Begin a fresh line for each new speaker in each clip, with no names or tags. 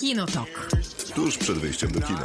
Kinotok.
Tuż przed wyjściem do kina.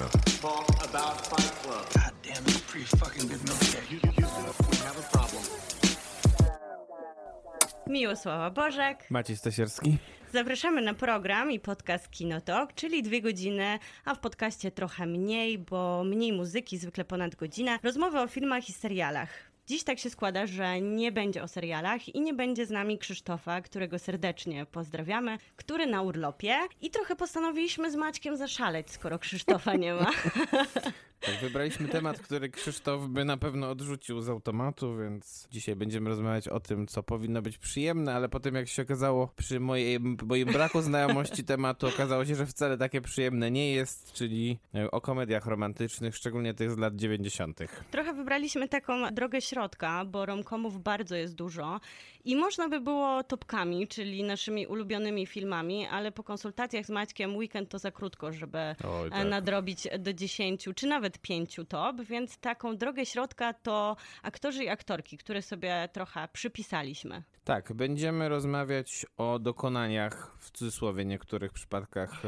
Miłosława Bożek.
Maciej Stasierski.
Zapraszamy na program i podcast Kinotok, czyli 2 godziny, a w podcaście trochę mniej, bo mniej muzyki, zwykle ponad godzinę. Rozmowy o filmach i serialach. Dziś tak się składa, że nie będzie o serialach i nie będzie z nami Krzysztofa, którego serdecznie pozdrawiamy, który na urlopie i trochę postanowiliśmy z Maćkiem zaszaleć, skoro Krzysztofa nie ma.
Tak, wybraliśmy temat, który Krzysztof by na pewno odrzucił z automatu, więc dzisiaj będziemy rozmawiać o tym, co powinno być przyjemne, ale potem jak się okazało, przy moim braku znajomości tematu, okazało się, że wcale takie przyjemne nie jest, czyli o komediach romantycznych, szczególnie tych z lat 90.
Trochę wybraliśmy taką drogę środka, bo romkomów bardzo jest dużo i można by było topkami, czyli naszymi ulubionymi filmami, ale po konsultacjach z Maćkiem weekend to za krótko, żeby nadrobić do 10 czy nawet 5 top, więc taką drogę środka to aktorzy i aktorki, które sobie trochę przypisaliśmy.
Tak, będziemy rozmawiać o dokonaniach, w cudzysłowie niektórych przypadkach,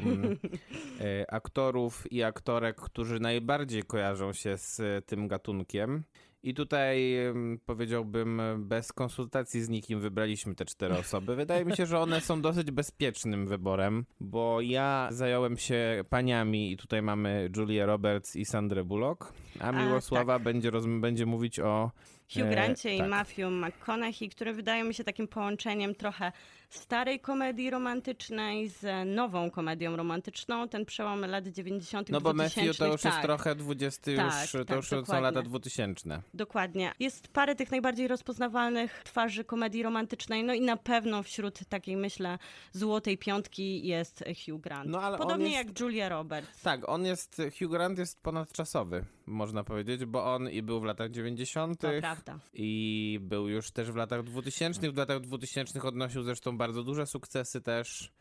aktorów i aktorek, którzy najbardziej kojarzą się z tym gatunkiem. I tutaj powiedziałbym, bez konsultacji z nikim wybraliśmy te 4 osoby. Wydaje mi się, że one są dosyć bezpiecznym wyborem, bo ja zająłem się paniami i tutaj mamy Julię Roberts i Sandrę Bullock, a Miłosława będzie mówić o
Hugh Grancie i
tak.
Matthew McConaughey, które wydają mi się takim połączeniem trochę starej komedii romantycznej z nową komedią romantyczną, ten przełom lat 90.
No bo
2000.
Matthew to już jest trochę 20, to już są lata 2000.
Dokładnie. Jest parę tych najbardziej rozpoznawalnych twarzy komedii romantycznej, no i na pewno wśród takiej, myślę, złotej piątki jest Hugh Grant.
No, ale
podobnie jak Julia Roberts.
Tak, Hugh Grant jest ponadczasowy, można powiedzieć, bo on i był w latach 90.
To prawda.
I był już też w latach 2000. W latach 2000 odnosił zresztą bardzo duże sukcesy też.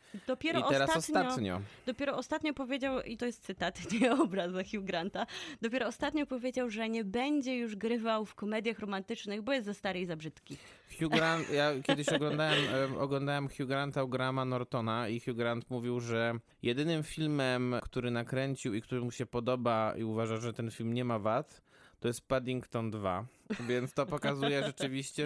Dopiero ostatnio powiedział, i to jest cytat, nie obraz za Hugh Granta, dopiero ostatnio powiedział, że nie będzie już grywał w komediach romantycznych, bo jest za stary i za brzydki. Hugh Grant, ja kiedyś oglądałem Hugh Granta u Grahama Nortona i Hugh Grant mówił, że jedynym filmem, który nakręcił i który mu się podoba i uważa, że ten film nie ma wad, to jest Paddington 2, więc to pokazuje rzeczywiście,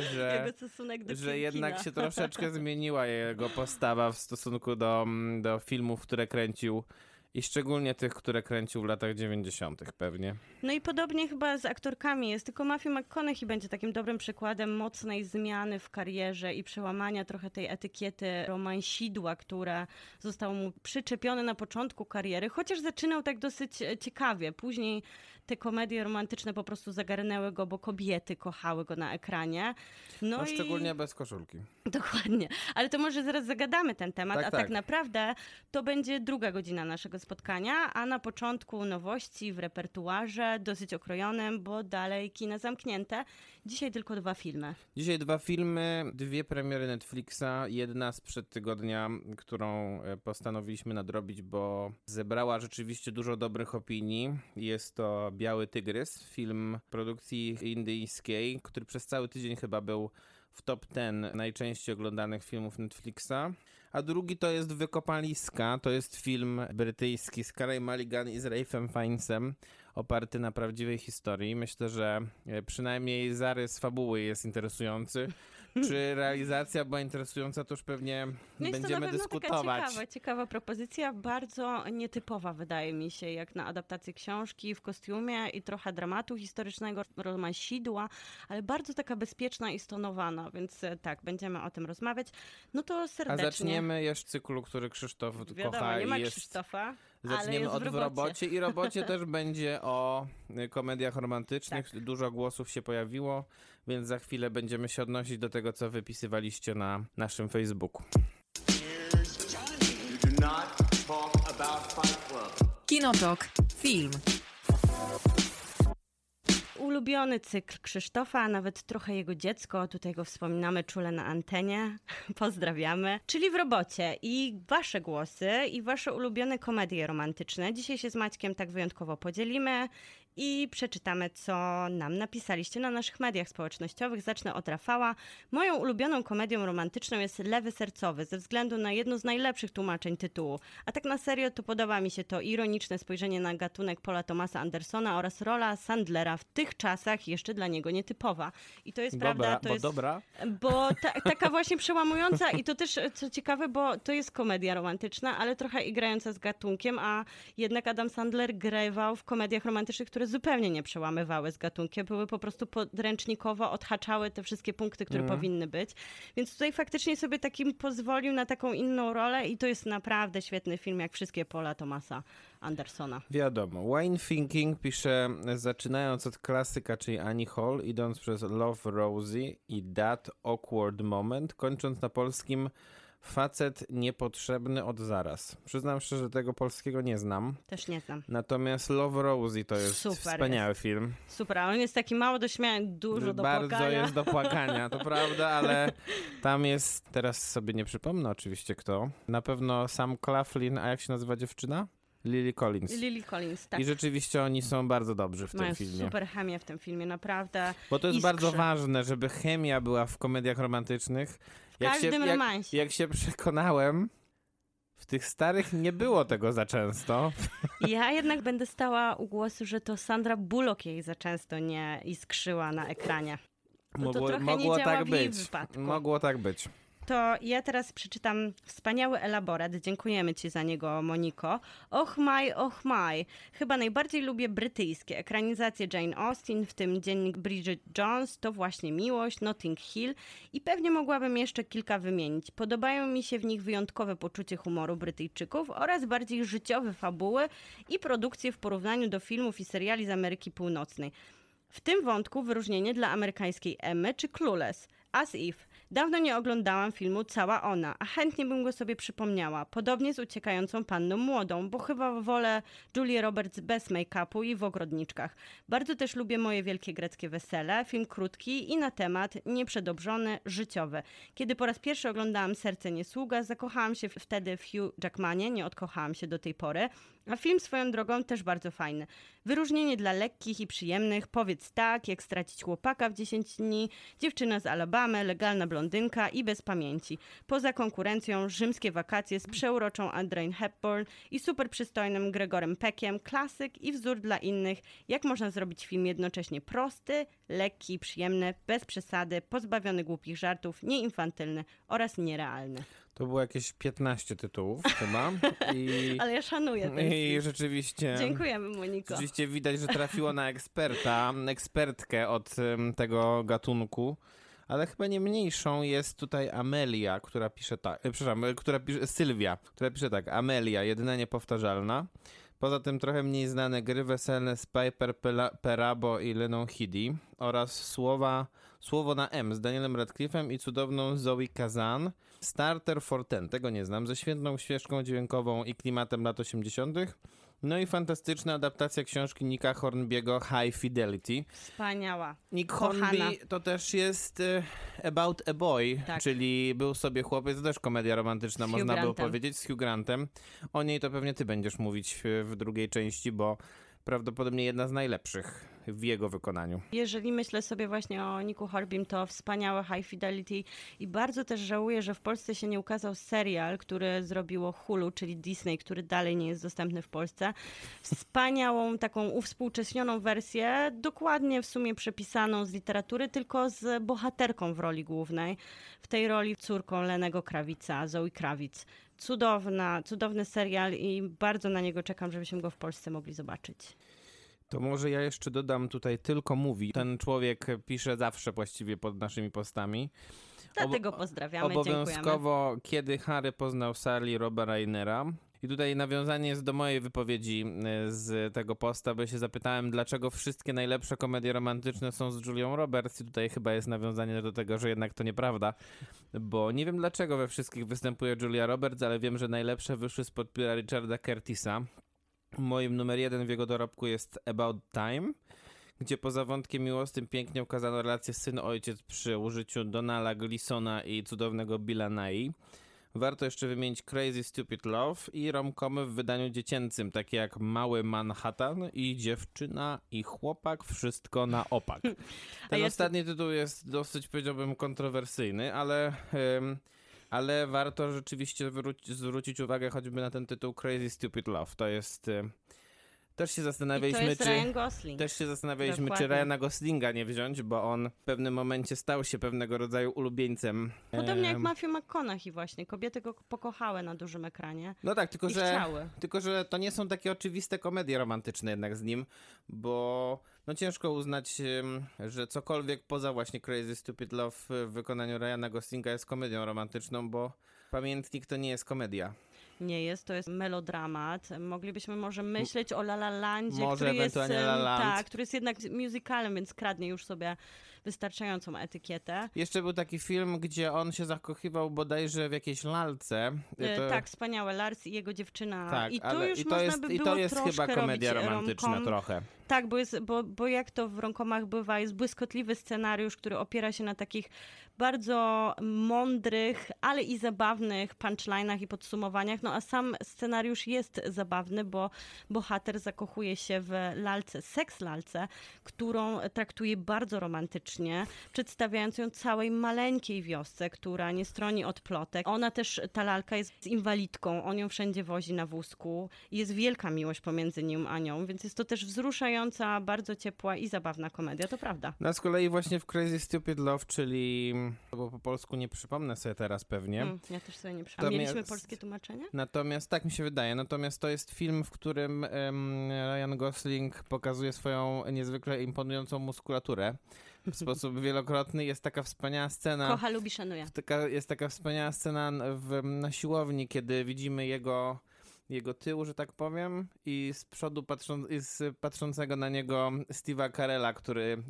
że jednak się troszeczkę zmieniła jego postawa w stosunku do filmów, które kręcił i szczególnie tych, które kręcił w latach 90. pewnie.
No i podobnie chyba z aktorkami jest, tylko Matthew McConaughey będzie takim dobrym przykładem mocnej zmiany w karierze i przełamania trochę tej etykiety romansidła, które zostało mu przyczepione na początku kariery, chociaż zaczynał tak dosyć ciekawie. Później te komedie romantyczne po prostu zagarnęły go, bo kobiety kochały go na ekranie.
No szczególnie bez koszulki.
Dokładnie, ale to może zaraz zagadamy ten temat, tak. Naprawdę to będzie 2 godzina naszego spotkania, a na początku nowości w repertuarze, dosyć okrojonym, bo dalej kina zamknięte. Dzisiaj tylko 2 filmy.
Dzisiaj 2 filmy, 2 premiery Netflixa, jedna sprzed tygodnia, którą postanowiliśmy nadrobić, bo zebrała rzeczywiście dużo dobrych opinii. Jest to Biały Tygrys, film produkcji indyjskiej, który przez cały tydzień chyba był w top 10 najczęściej oglądanych filmów Netflixa. A drugi to jest Wykopaliska, to jest film brytyjski z Carey Mulligan i z Ralphem Fiennesem, oparty na prawdziwej historii. Myślę, że przynajmniej zarys fabuły jest interesujący. Czy realizacja była interesująca, to już pewnie będziemy dyskutować.
Taka ciekawa propozycja, bardzo nietypowa wydaje mi się, jak na adaptację książki w kostiumie i trochę dramatu historycznego, romansidła, ale bardzo taka bezpieczna i stonowana, więc tak, będziemy o tym rozmawiać. No to serdecznie.
A zaczniemy jeszcze cyklu, który Krzysztof kocha.
Nie ma Krzysztofa.
Zaczniemy od w robocie i robocie też będzie o komediach romantycznych. Tak. Dużo głosów się pojawiło, więc za chwilę będziemy się odnosić do tego, co wypisywaliście na naszym Facebooku.
Kinotok. Film.
Ulubiony cykl Krzysztofa, a nawet trochę jego dziecko, tutaj go wspominamy czule na antenie, pozdrawiamy, czyli w robocie i wasze głosy i wasze ulubione komedie romantyczne. Dzisiaj się z Maćkiem tak wyjątkowo podzielimy i przeczytamy, co nam napisaliście na naszych mediach społecznościowych. Zacznę od Rafała. Moją ulubioną komedią romantyczną jest Lewy sercowy, ze względu na jedno z najlepszych tłumaczeń tytułu. A tak na serio to podoba mi się to ironiczne spojrzenie na gatunek Paula Thomasa Andersona oraz rola Sandlera w tych czasach jeszcze dla niego nietypowa. I to jest prawda, to jest...
Dobra.
Bo taka właśnie przełamująca i to też, co ciekawe, bo to jest komedia romantyczna, ale trochę i grająca z gatunkiem, a jednak Adam Sandler grywał w komediach romantycznych, które zupełnie nie przełamywały z gatunkiem, były po prostu podręcznikowo, odhaczały te wszystkie punkty, które powinny być. Więc tutaj faktycznie sobie takim pozwolił na taką inną rolę i to jest naprawdę świetny film, jak wszystkie Paula Thomasa Andersona.
Wiadomo. Wine Thinking pisze, zaczynając od klasyka, czyli Annie Hall, idąc przez Love Rosie i That Awkward Moment, kończąc na polskim Facet niepotrzebny od zaraz. Przyznam szczerze, że tego polskiego nie znam.
Też nie znam.
Natomiast Love Rosie to jest wspaniały film.
Super, ale on jest taki mało do śmiania, dużo do płakania.
Bardzo jest do płakania, to prawda, ale tam jest, teraz sobie nie przypomnę oczywiście kto, na pewno Sam Claflin, a jak się nazywa dziewczyna? Lily Collins, tak. I rzeczywiście oni są bardzo dobrzy w tym filmie.
Mają super chemię w tym filmie, naprawdę.
Bo to jest bardzo ważne, żeby chemia była w komediach romantycznych.
W każdym romansie.
Jak się przekonałem, w tych starych nie było tego za często.
Ja jednak będę stała u głosu, że to Sandra Bullock jej za często nie iskrzyła na ekranie.
Mogło tak być. Mogło tak być.
To ja teraz przeczytam wspaniały elaborat. Dziękujemy ci za niego, Moniko. Och my. Chyba najbardziej lubię brytyjskie ekranizacje Jane Austen, w tym Dziennik Bridget Jones, To właśnie miłość, Notting Hill i pewnie mogłabym jeszcze kilka wymienić. Podobają mi się w nich wyjątkowe poczucie humoru Brytyjczyków oraz bardziej życiowe fabuły i produkcje w porównaniu do filmów i seriali z Ameryki Północnej. W tym wątku wyróżnienie dla amerykańskiej Emmy czy Clueless, As If. Dawno nie oglądałam filmu Cała ona, a chętnie bym go sobie przypomniała. Podobnie z Uciekającą panną młodą, bo chyba wolę Julię Roberts bez make-upu i w ogrodniczkach. Bardzo też lubię Moje wielkie greckie wesele, film krótki i na temat nieprzedobrzony, życiowy. Kiedy po raz pierwszy oglądałam Serce nie sługa, zakochałam się wtedy w Hugh Jackmanie, nie odkochałam się do tej pory. A film swoją drogą też bardzo fajny. Wyróżnienie dla lekkich i przyjemnych, Powiedz tak, Jak stracić chłopaka w 10 dni, Dziewczyna z Alabamy, Legalna blondynka i Bez pamięci. Poza konkurencją Rzymskie wakacje z przeuroczą Audrey Hepburn i super przystojnym Gregorem Peckiem, klasyk i wzór dla innych, jak można zrobić film jednocześnie prosty, lekki, przyjemny, bez przesady, pozbawiony głupich żartów, nieinfantylny oraz nierealny.
To było jakieś 15 tytułów chyba.
Ale ja szanuję ten film.
I rzeczywiście...
Dziękujemy, Moniko.
Rzeczywiście widać, że trafiło na ekspertkę od tego gatunku. Ale chyba nie mniejszą jest tutaj Amelia, która pisze tak... Sylwia, która pisze tak. Amelia, jedyna niepowtarzalna. Poza tym trochę mniej znane gry weselne z Piper Perabo i Leną Headey oraz Słowo na M z Danielem Radcliffe'em i cudowną Zoe Kazan. Starter for Ten, tego nie znam, ze świetną ścieżką dźwiękową i klimatem lat 80. No i fantastyczna adaptacja książki Nicka Hornby'ego High Fidelity.
Wspaniała.
Nick Hornby to też jest About a Boy, tak. Czyli Był sobie chłopiec, to też komedia romantyczna, można by powiedzieć, z Hugh Grantem. O niej to pewnie ty będziesz mówić w drugiej części, bo prawdopodobnie jedna z najlepszych w jego wykonaniu.
Jeżeli myślę sobie właśnie o Nicku Hornbym, to wspaniałe High Fidelity i bardzo też żałuję, że w Polsce się nie ukazał serial, który zrobiło Hulu, czyli Disney, który dalej nie jest dostępny w Polsce. Wspaniałą, taką uwspółcześnioną wersję, dokładnie w sumie przepisaną z literatury, tylko z bohaterką w roli głównej. W tej roli córką Lenego Krawica, Zoe Kravitz. Cudowny serial i bardzo na niego czekam, żebyśmy go w Polsce mogli zobaczyć.
To może ja jeszcze dodam tutaj Tylko mówi. Ten człowiek pisze zawsze właściwie pod naszymi postami.
Dlatego pozdrawiamy,
obowiązkowo
dziękujemy.
Kiedy Harry poznał Sally Roba Rainera. I tutaj nawiązanie jest do mojej wypowiedzi z tego posta, bo się zapytałem, dlaczego wszystkie najlepsze komedie romantyczne są z Julią Roberts i tutaj chyba jest nawiązanie do tego, że jednak to nieprawda, bo nie wiem dlaczego we wszystkich występuje Julia Roberts, ale wiem, że najlepsze wyszły spod pióra Richarda Curtisa. Moim numer 1 w jego dorobku jest About Time, gdzie poza wątkiem miłosnym pięknie ukazano relację syn-ojciec przy użyciu Donala Gleesona i cudownego Billa Nighy. Warto jeszcze wymienić Crazy Stupid Love i romcomy w wydaniu dziecięcym, takie jak Mały Manhattan i Dziewczyna i Chłopak, wszystko na opak. Ten ostatni tytuł jest dosyć, powiedziałbym, kontrowersyjny, ale warto rzeczywiście zwrócić uwagę choćby na ten tytuł Crazy Stupid Love. To jest... Też się zastanawialiśmy,
Ryan Gosling.
Czy Ryana Goslinga nie wziąć, bo on w pewnym momencie stał się pewnego rodzaju ulubieńcem.
Podobnie jak Matthew McConaughey właśnie. Kobiety go pokochały na dużym ekranie.
No tak,
chciały.
tylko że to nie są takie oczywiste komedie romantyczne jednak z nim, bo no ciężko uznać, że cokolwiek poza właśnie Crazy Stupid Love w wykonaniu Ryana Goslinga jest komedią romantyczną, bo Pamiętnik to nie jest komedia.
Nie jest, to jest melodramat. Moglibyśmy może myśleć o La La Landzie,
Może
który jest,
ewentualnie La La Land.
tak, który jest jednak musicalem, więc kradnie już sobie wystarczającą etykietę.
Jeszcze był taki film, gdzie on się zakochiwał bodajże w jakiejś lalce.
Tak, Wspaniałe, Lars i jego dziewczyna.
Tak,
I tu
ale
już
i to
można
jest,
by
i
było
to jest chyba
troszkę
komedia
robić
romantyczna
rom-com.
trochę.
Tak, bo jak to w romkomach bywa, jest błyskotliwy scenariusz, który opiera się na takich bardzo mądrych, ale i zabawnych punchline'ach i podsumowaniach, no a sam scenariusz jest zabawny, bo bohater zakochuje się w lalce, seks lalce, którą traktuje bardzo romantycznie, przedstawiając ją całej maleńkiej wiosce, która nie stroni od plotek. Ona też, ta lalka jest inwalidką, on ją wszędzie wozi na wózku. Jest wielka miłość pomiędzy nim a nią, więc jest to też wzruszająca, bardzo ciepła i zabawna komedia, to prawda.
No z kolei właśnie w Crazy Stupid Love, czyli, bo po polsku nie przypomnę sobie teraz pewnie.
Ja też sobie nie przypomnę. Mieliśmy
Natomiast-
polskie tłumaczenie?
Natomiast, tak mi się wydaje, natomiast to jest film, w którym Ryan Gosling pokazuje swoją niezwykle imponującą muskulaturę w sposób wielokrotny. Jest taka wspaniała scena.
Kocha, lubi, szanuje.
Jest taka wspaniała scena na siłowni, kiedy widzimy jego tył, że tak powiem, i z przodu patrzącego na niego Steve'a Carella, który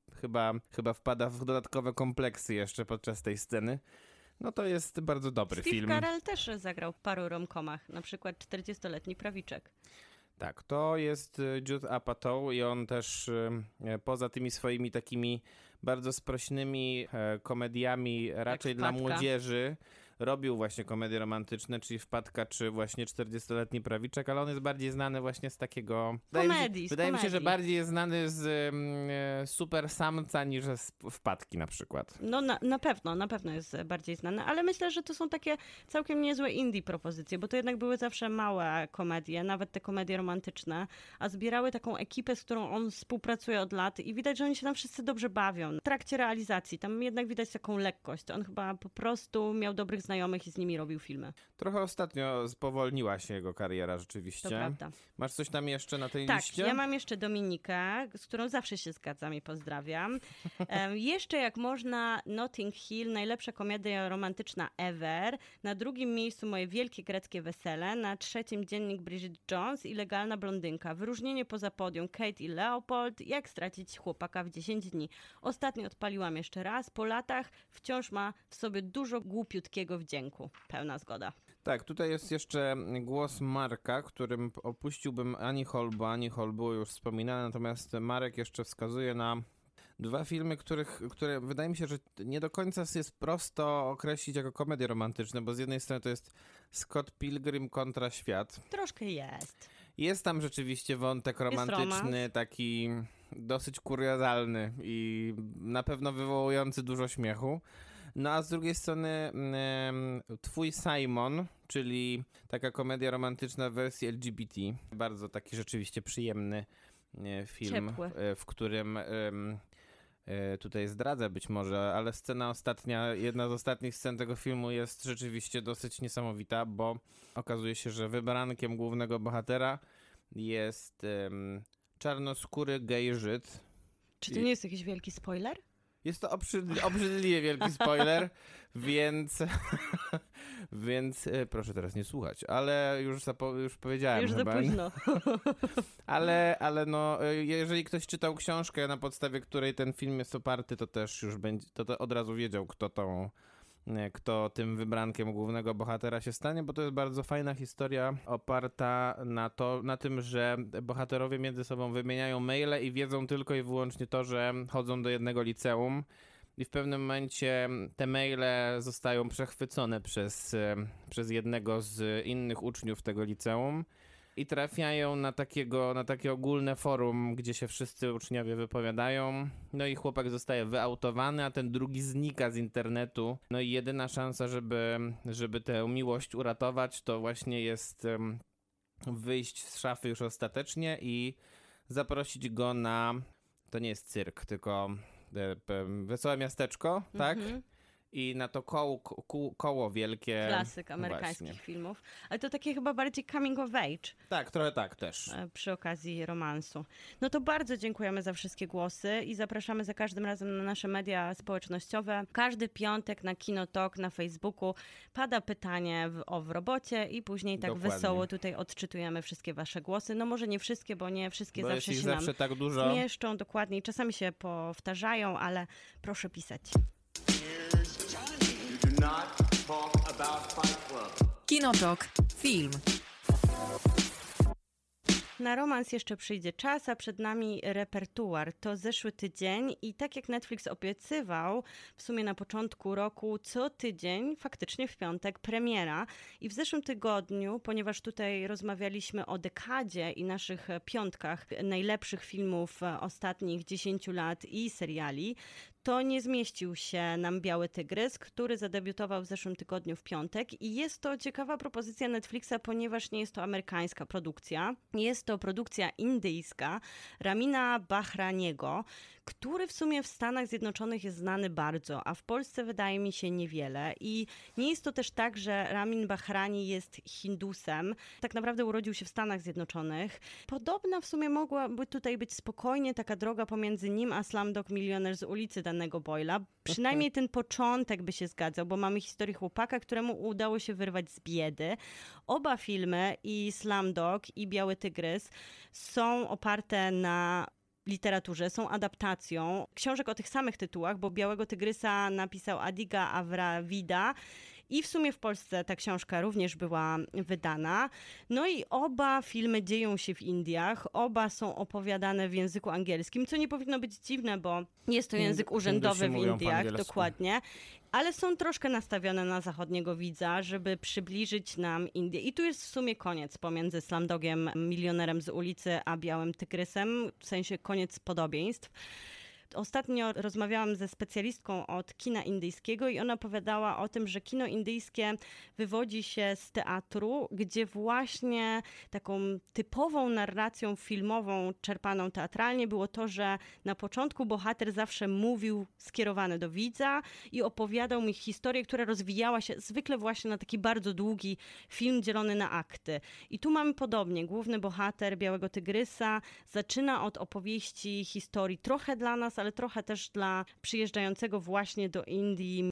chyba wpada w dodatkowe kompleksy jeszcze podczas tej sceny. No to jest bardzo dobry
Steve
film.
Carell też zagrał w paru romkomach, na przykład 40-letni prawiczek.
Tak, to jest Jude Apatow i on też poza tymi swoimi takimi bardzo sprośnymi komediami raczej dla
Wpadka.
młodzieży robił właśnie komedie romantyczne, czyli Wpadka czy właśnie 40-letni prawiczek, ale on jest bardziej znany właśnie z takiego... Wydaje mi się, że bardziej jest znany z Super Samca niż z Wpadki na przykład.
No na pewno jest bardziej znany, ale myślę, że to są takie całkiem niezłe indie propozycje, bo to jednak były zawsze małe komedie, nawet te komedie romantyczne, a zbierały taką ekipę, z którą on współpracuje od lat i widać, że oni się tam wszyscy dobrze bawią. W trakcie realizacji tam jednak widać taką lekkość. On chyba po prostu miał dobrych znajomych i z nimi robił filmy.
Trochę ostatnio spowolniła się jego kariera rzeczywiście.
To prawda.
Masz coś tam jeszcze na tej
Tak,
liście?
ja mam jeszcze Dominikę, z którą zawsze się zgadzam i pozdrawiam. Jeszcze jak można Notting Hill, najlepsza komedia romantyczna ever. Na drugim miejscu Moje wielkie greckie wesele. Na trzecim Dziennik Bridget Jones i Legalna blondynka. Wyróżnienie poza podium Kate i Leopold. Jak stracić chłopaka w 10 dni. Ostatnio odpaliłam jeszcze raz. Po latach wciąż ma w sobie dużo głupiutkiego wdzięku. Pełna zgoda.
Tak, tutaj jest jeszcze głos Marka, którym opuściłbym Annie Hall, bo Annie Hall było już wspominane, natomiast Marek jeszcze wskazuje na dwa filmy, które wydaje mi się, że nie do końca jest prosto określić jako komedie romantyczne, bo z jednej strony to jest Scott Pilgrim kontra świat.
Troszkę jest.
Jest tam rzeczywiście wątek romantyczny, taki dosyć kuriozalny i na pewno wywołujący dużo śmiechu. No a z drugiej strony Twój Simon, czyli taka komedia romantyczna w wersji LGBT. Bardzo taki rzeczywiście przyjemny film,
Ciepły.
w którym tutaj zdradzę być może, ale scena ostatnia, jedna z ostatnich scen tego filmu jest rzeczywiście dosyć niesamowita, bo okazuje się, że wybrankiem głównego bohatera jest czarnoskóry gej Żyd.
Czy to nie jest jakiś wielki spoiler?
Jest to obrzydliwie wielki spoiler, więc proszę teraz nie słuchać, ale już powiedziałem
Już za
chyba.
późno.
Ale no, jeżeli ktoś czytał książkę, na podstawie której ten film jest oparty, to też już będzie, to od razu wiedział, kto tym wybrankiem głównego bohatera się stanie, bo to jest bardzo fajna historia oparta na tym, że bohaterowie między sobą wymieniają maile i wiedzą tylko i wyłącznie to, że chodzą do jednego liceum i w pewnym momencie te maile zostają przechwycone przez jednego z innych uczniów tego liceum i trafiają na takie ogólne forum, gdzie się wszyscy uczniowie wypowiadają. No i chłopak zostaje wyautowany, a ten drugi znika z internetu. No i jedyna szansa, żeby tę miłość uratować, to właśnie jest wyjść z szafy już ostatecznie i zaprosić go na... To nie jest cyrk, tylko wesołe miasteczko, tak? I na to koło wielkie.
Klasyk amerykańskich filmów. Ale to takie chyba bardziej coming of age.
Tak, trochę tak też.
Przy okazji romansu. No to bardzo dziękujemy za wszystkie głosy i zapraszamy za każdym razem na nasze media społecznościowe. Każdy piątek na Kinotok, na Facebooku pada pytanie w robocie i później tak
Dokładnie.
wesoło tutaj odczytujemy wszystkie wasze głosy. No może nie wszystkie, bo nie wszystkie
Bo
zawsze
jest
się
ich zawsze
nam
tak dużo.
zmieszczą. Dokładnie. I czasami się powtarzają, ale proszę pisać.
Kinotok. Film.
Na romans jeszcze przyjdzie czas, a przed nami repertuar. To zeszły tydzień i tak jak Netflix obiecywał, w sumie na początku roku, co tydzień, faktycznie w piątek, premiera. I w zeszłym tygodniu, ponieważ tutaj rozmawialiśmy o dekadzie i naszych piątkach najlepszych filmów ostatnich 10 lat i seriali, to nie zmieścił się nam Biały Tygrys, który zadebiutował w zeszłym tygodniu w piątek i jest to ciekawa propozycja Netflixa, ponieważ nie jest to amerykańska produkcja. Jest to produkcja indyjska Ramina Bahraniego, który w sumie w Stanach Zjednoczonych jest znany bardzo, a w Polsce wydaje mi się niewiele. I nie jest to też tak, że Ramin Bahrani jest Hindusem. Tak naprawdę urodził się w Stanach Zjednoczonych. Podobna w sumie mogłaby tutaj być spokojnie taka droga pomiędzy nim a Slumdog Millionaire z ulicy danego Boyla. Przynajmniej ten początek by się zgadzał, bo mamy historię chłopaka, któremu udało się wyrwać z biedy. Oba filmy, i Slumdog, i Biały Tygrys, są oparte na literaturze, są adaptacją książek o tych samych tytułach, bo Białego Tygrysa napisał Adiga Avravida i w sumie w Polsce ta książka również była wydana. No i oba filmy dzieją się w Indiach, oba są opowiadane w języku angielskim, co nie powinno być dziwne, bo jest to język urzędowy w Indiach, dokładnie. Ale są troszkę nastawione na zachodniego widza, żeby przybliżyć nam Indię. I tu jest w sumie koniec pomiędzy Slumdogiem Milionerem z ulicy a Białym Tygrysem, w sensie koniec podobieństw. Ostatnio rozmawiałam ze specjalistką od kina indyjskiego i ona opowiadała o tym, że kino indyjskie wywodzi się z teatru, gdzie właśnie taką typową narracją filmową czerpaną teatralnie było to, że na początku bohater zawsze mówił skierowany do widza i opowiadał mi historię, która rozwijała się zwykle właśnie na taki bardzo długi film dzielony na akty. I tu mamy podobnie. Główny bohater Białego Tygrysa zaczyna od opowieści historii trochę dla nas, ale trochę też dla przyjeżdżającego właśnie do Indii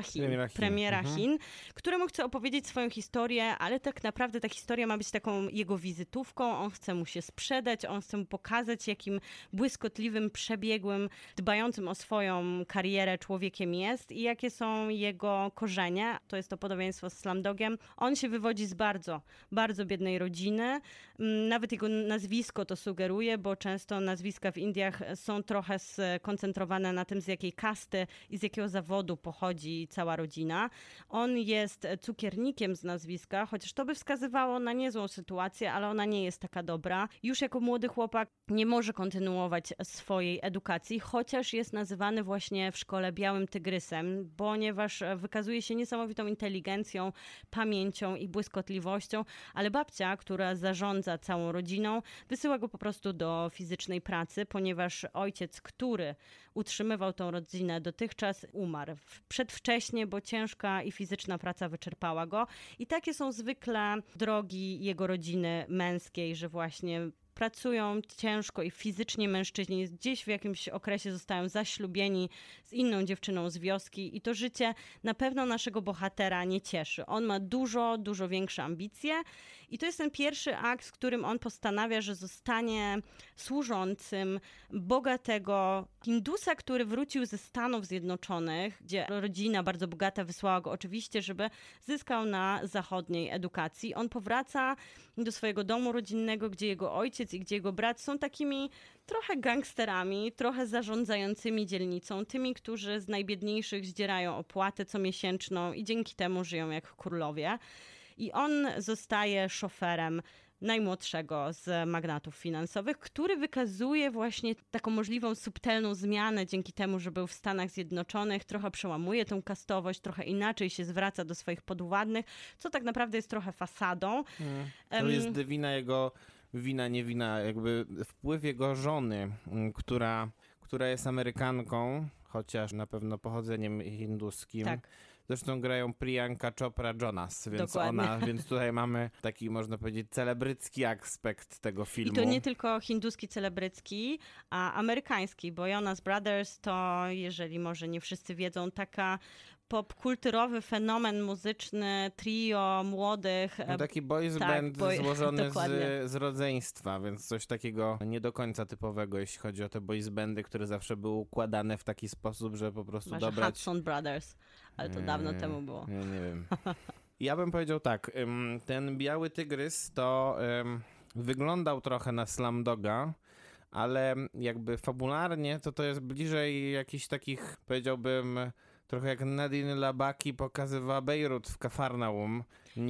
premiera Chin, któremu chce opowiedzieć swoją historię, ale tak naprawdę ta historia ma być taką jego wizytówką, on chce mu się sprzedać, on chce mu pokazać, jakim błyskotliwym, przebiegłym, dbającym o swoją karierę człowiekiem jest i jakie są jego korzenie. To jest to podobieństwo z Slumdogiem. On się wywodzi z bardzo, bardzo biednej rodziny. Nawet jego nazwisko to sugeruje, bo często nazwiska w Indiach są trochę skoncentrowane na tym, z jakiej kasty i z jakiego zawodu pochodzi cała rodzina. On jest cukiernikiem z nazwiska, chociaż to by wskazywało na niezłą sytuację, ale ona nie jest taka dobra. Już jako młody chłopak nie może kontynuować swojej edukacji, chociaż jest nazywany właśnie w szkole Białym Tygrysem, ponieważ wykazuje się niesamowitą inteligencją, pamięcią i błyskotliwością, ale babcia, która zarządza całą rodziną, wysyła go po prostu do fizycznej pracy, ponieważ ojciec, który utrzymywał tą rodzinę dotychczas, umarł przedwcześnie, bo ciężka i fizyczna praca wyczerpała go. I takie są zwykle drogi jego rodziny męskiej, że właśnie pracują ciężko i fizycznie mężczyźni gdzieś w jakimś okresie zostają zaślubieni z inną dziewczyną z wioski i to życie na pewno naszego bohatera nie cieszy. On ma dużo, dużo większe ambicje i to jest ten pierwszy akt, w którym on postanawia, że zostanie służącym bogatego Hindusa, który wrócił ze Stanów Zjednoczonych, gdzie rodzina bardzo bogata wysłała go oczywiście, żeby zyskał na zachodniej edukacji. On powraca do swojego domu rodzinnego, gdzie jego ojciec ojciec i gdzie jego brat są takimi trochę gangsterami, trochę zarządzającymi dzielnicą, tymi, którzy z najbiedniejszych zdzierają opłatę comiesięczną i dzięki temu żyją jak królowie. I on zostaje szoferem najmłodszego z magnatów finansowych, który wykazuje właśnie taką możliwą subtelną zmianę dzięki temu, że był w Stanach Zjednoczonych, trochę przełamuje tą kastowość, trochę inaczej się zwraca do swoich podwładnych, co tak naprawdę jest trochę fasadą.
To jest wina, nie wina, jakby wpływ jego żony, która jest Amerykanką, chociaż na pewno pochodzeniem hinduskim.
Tak.
Zresztą grają Priyanka Chopra Jonas,
Dokładnie.
więc tutaj mamy taki, można powiedzieć, celebrycki aspekt tego filmu.
I to nie tylko hinduski celebrycki, a amerykański, bo Jonas Brothers to, jeżeli może nie wszyscy wiedzą, taka popkulturowy fenomen muzyczny, trio młodych.
No taki boys band złożony z rodzeństwa, więc coś takiego nie do końca typowego, jeśli chodzi o te boys bandy, które zawsze były układane w taki sposób, że po prostu
Może
dobrać...
Hudson Brothers, ale to dawno temu było.
Nie wiem. Ja bym powiedział tak, ten Biały Tygrys to wyglądał trochę na Slumdoga, ale jakby fabularnie to jest bliżej jakichś takich, powiedziałbym, trochę jak Nadine Labaki pokazywała Bejrut w Kafarnaum,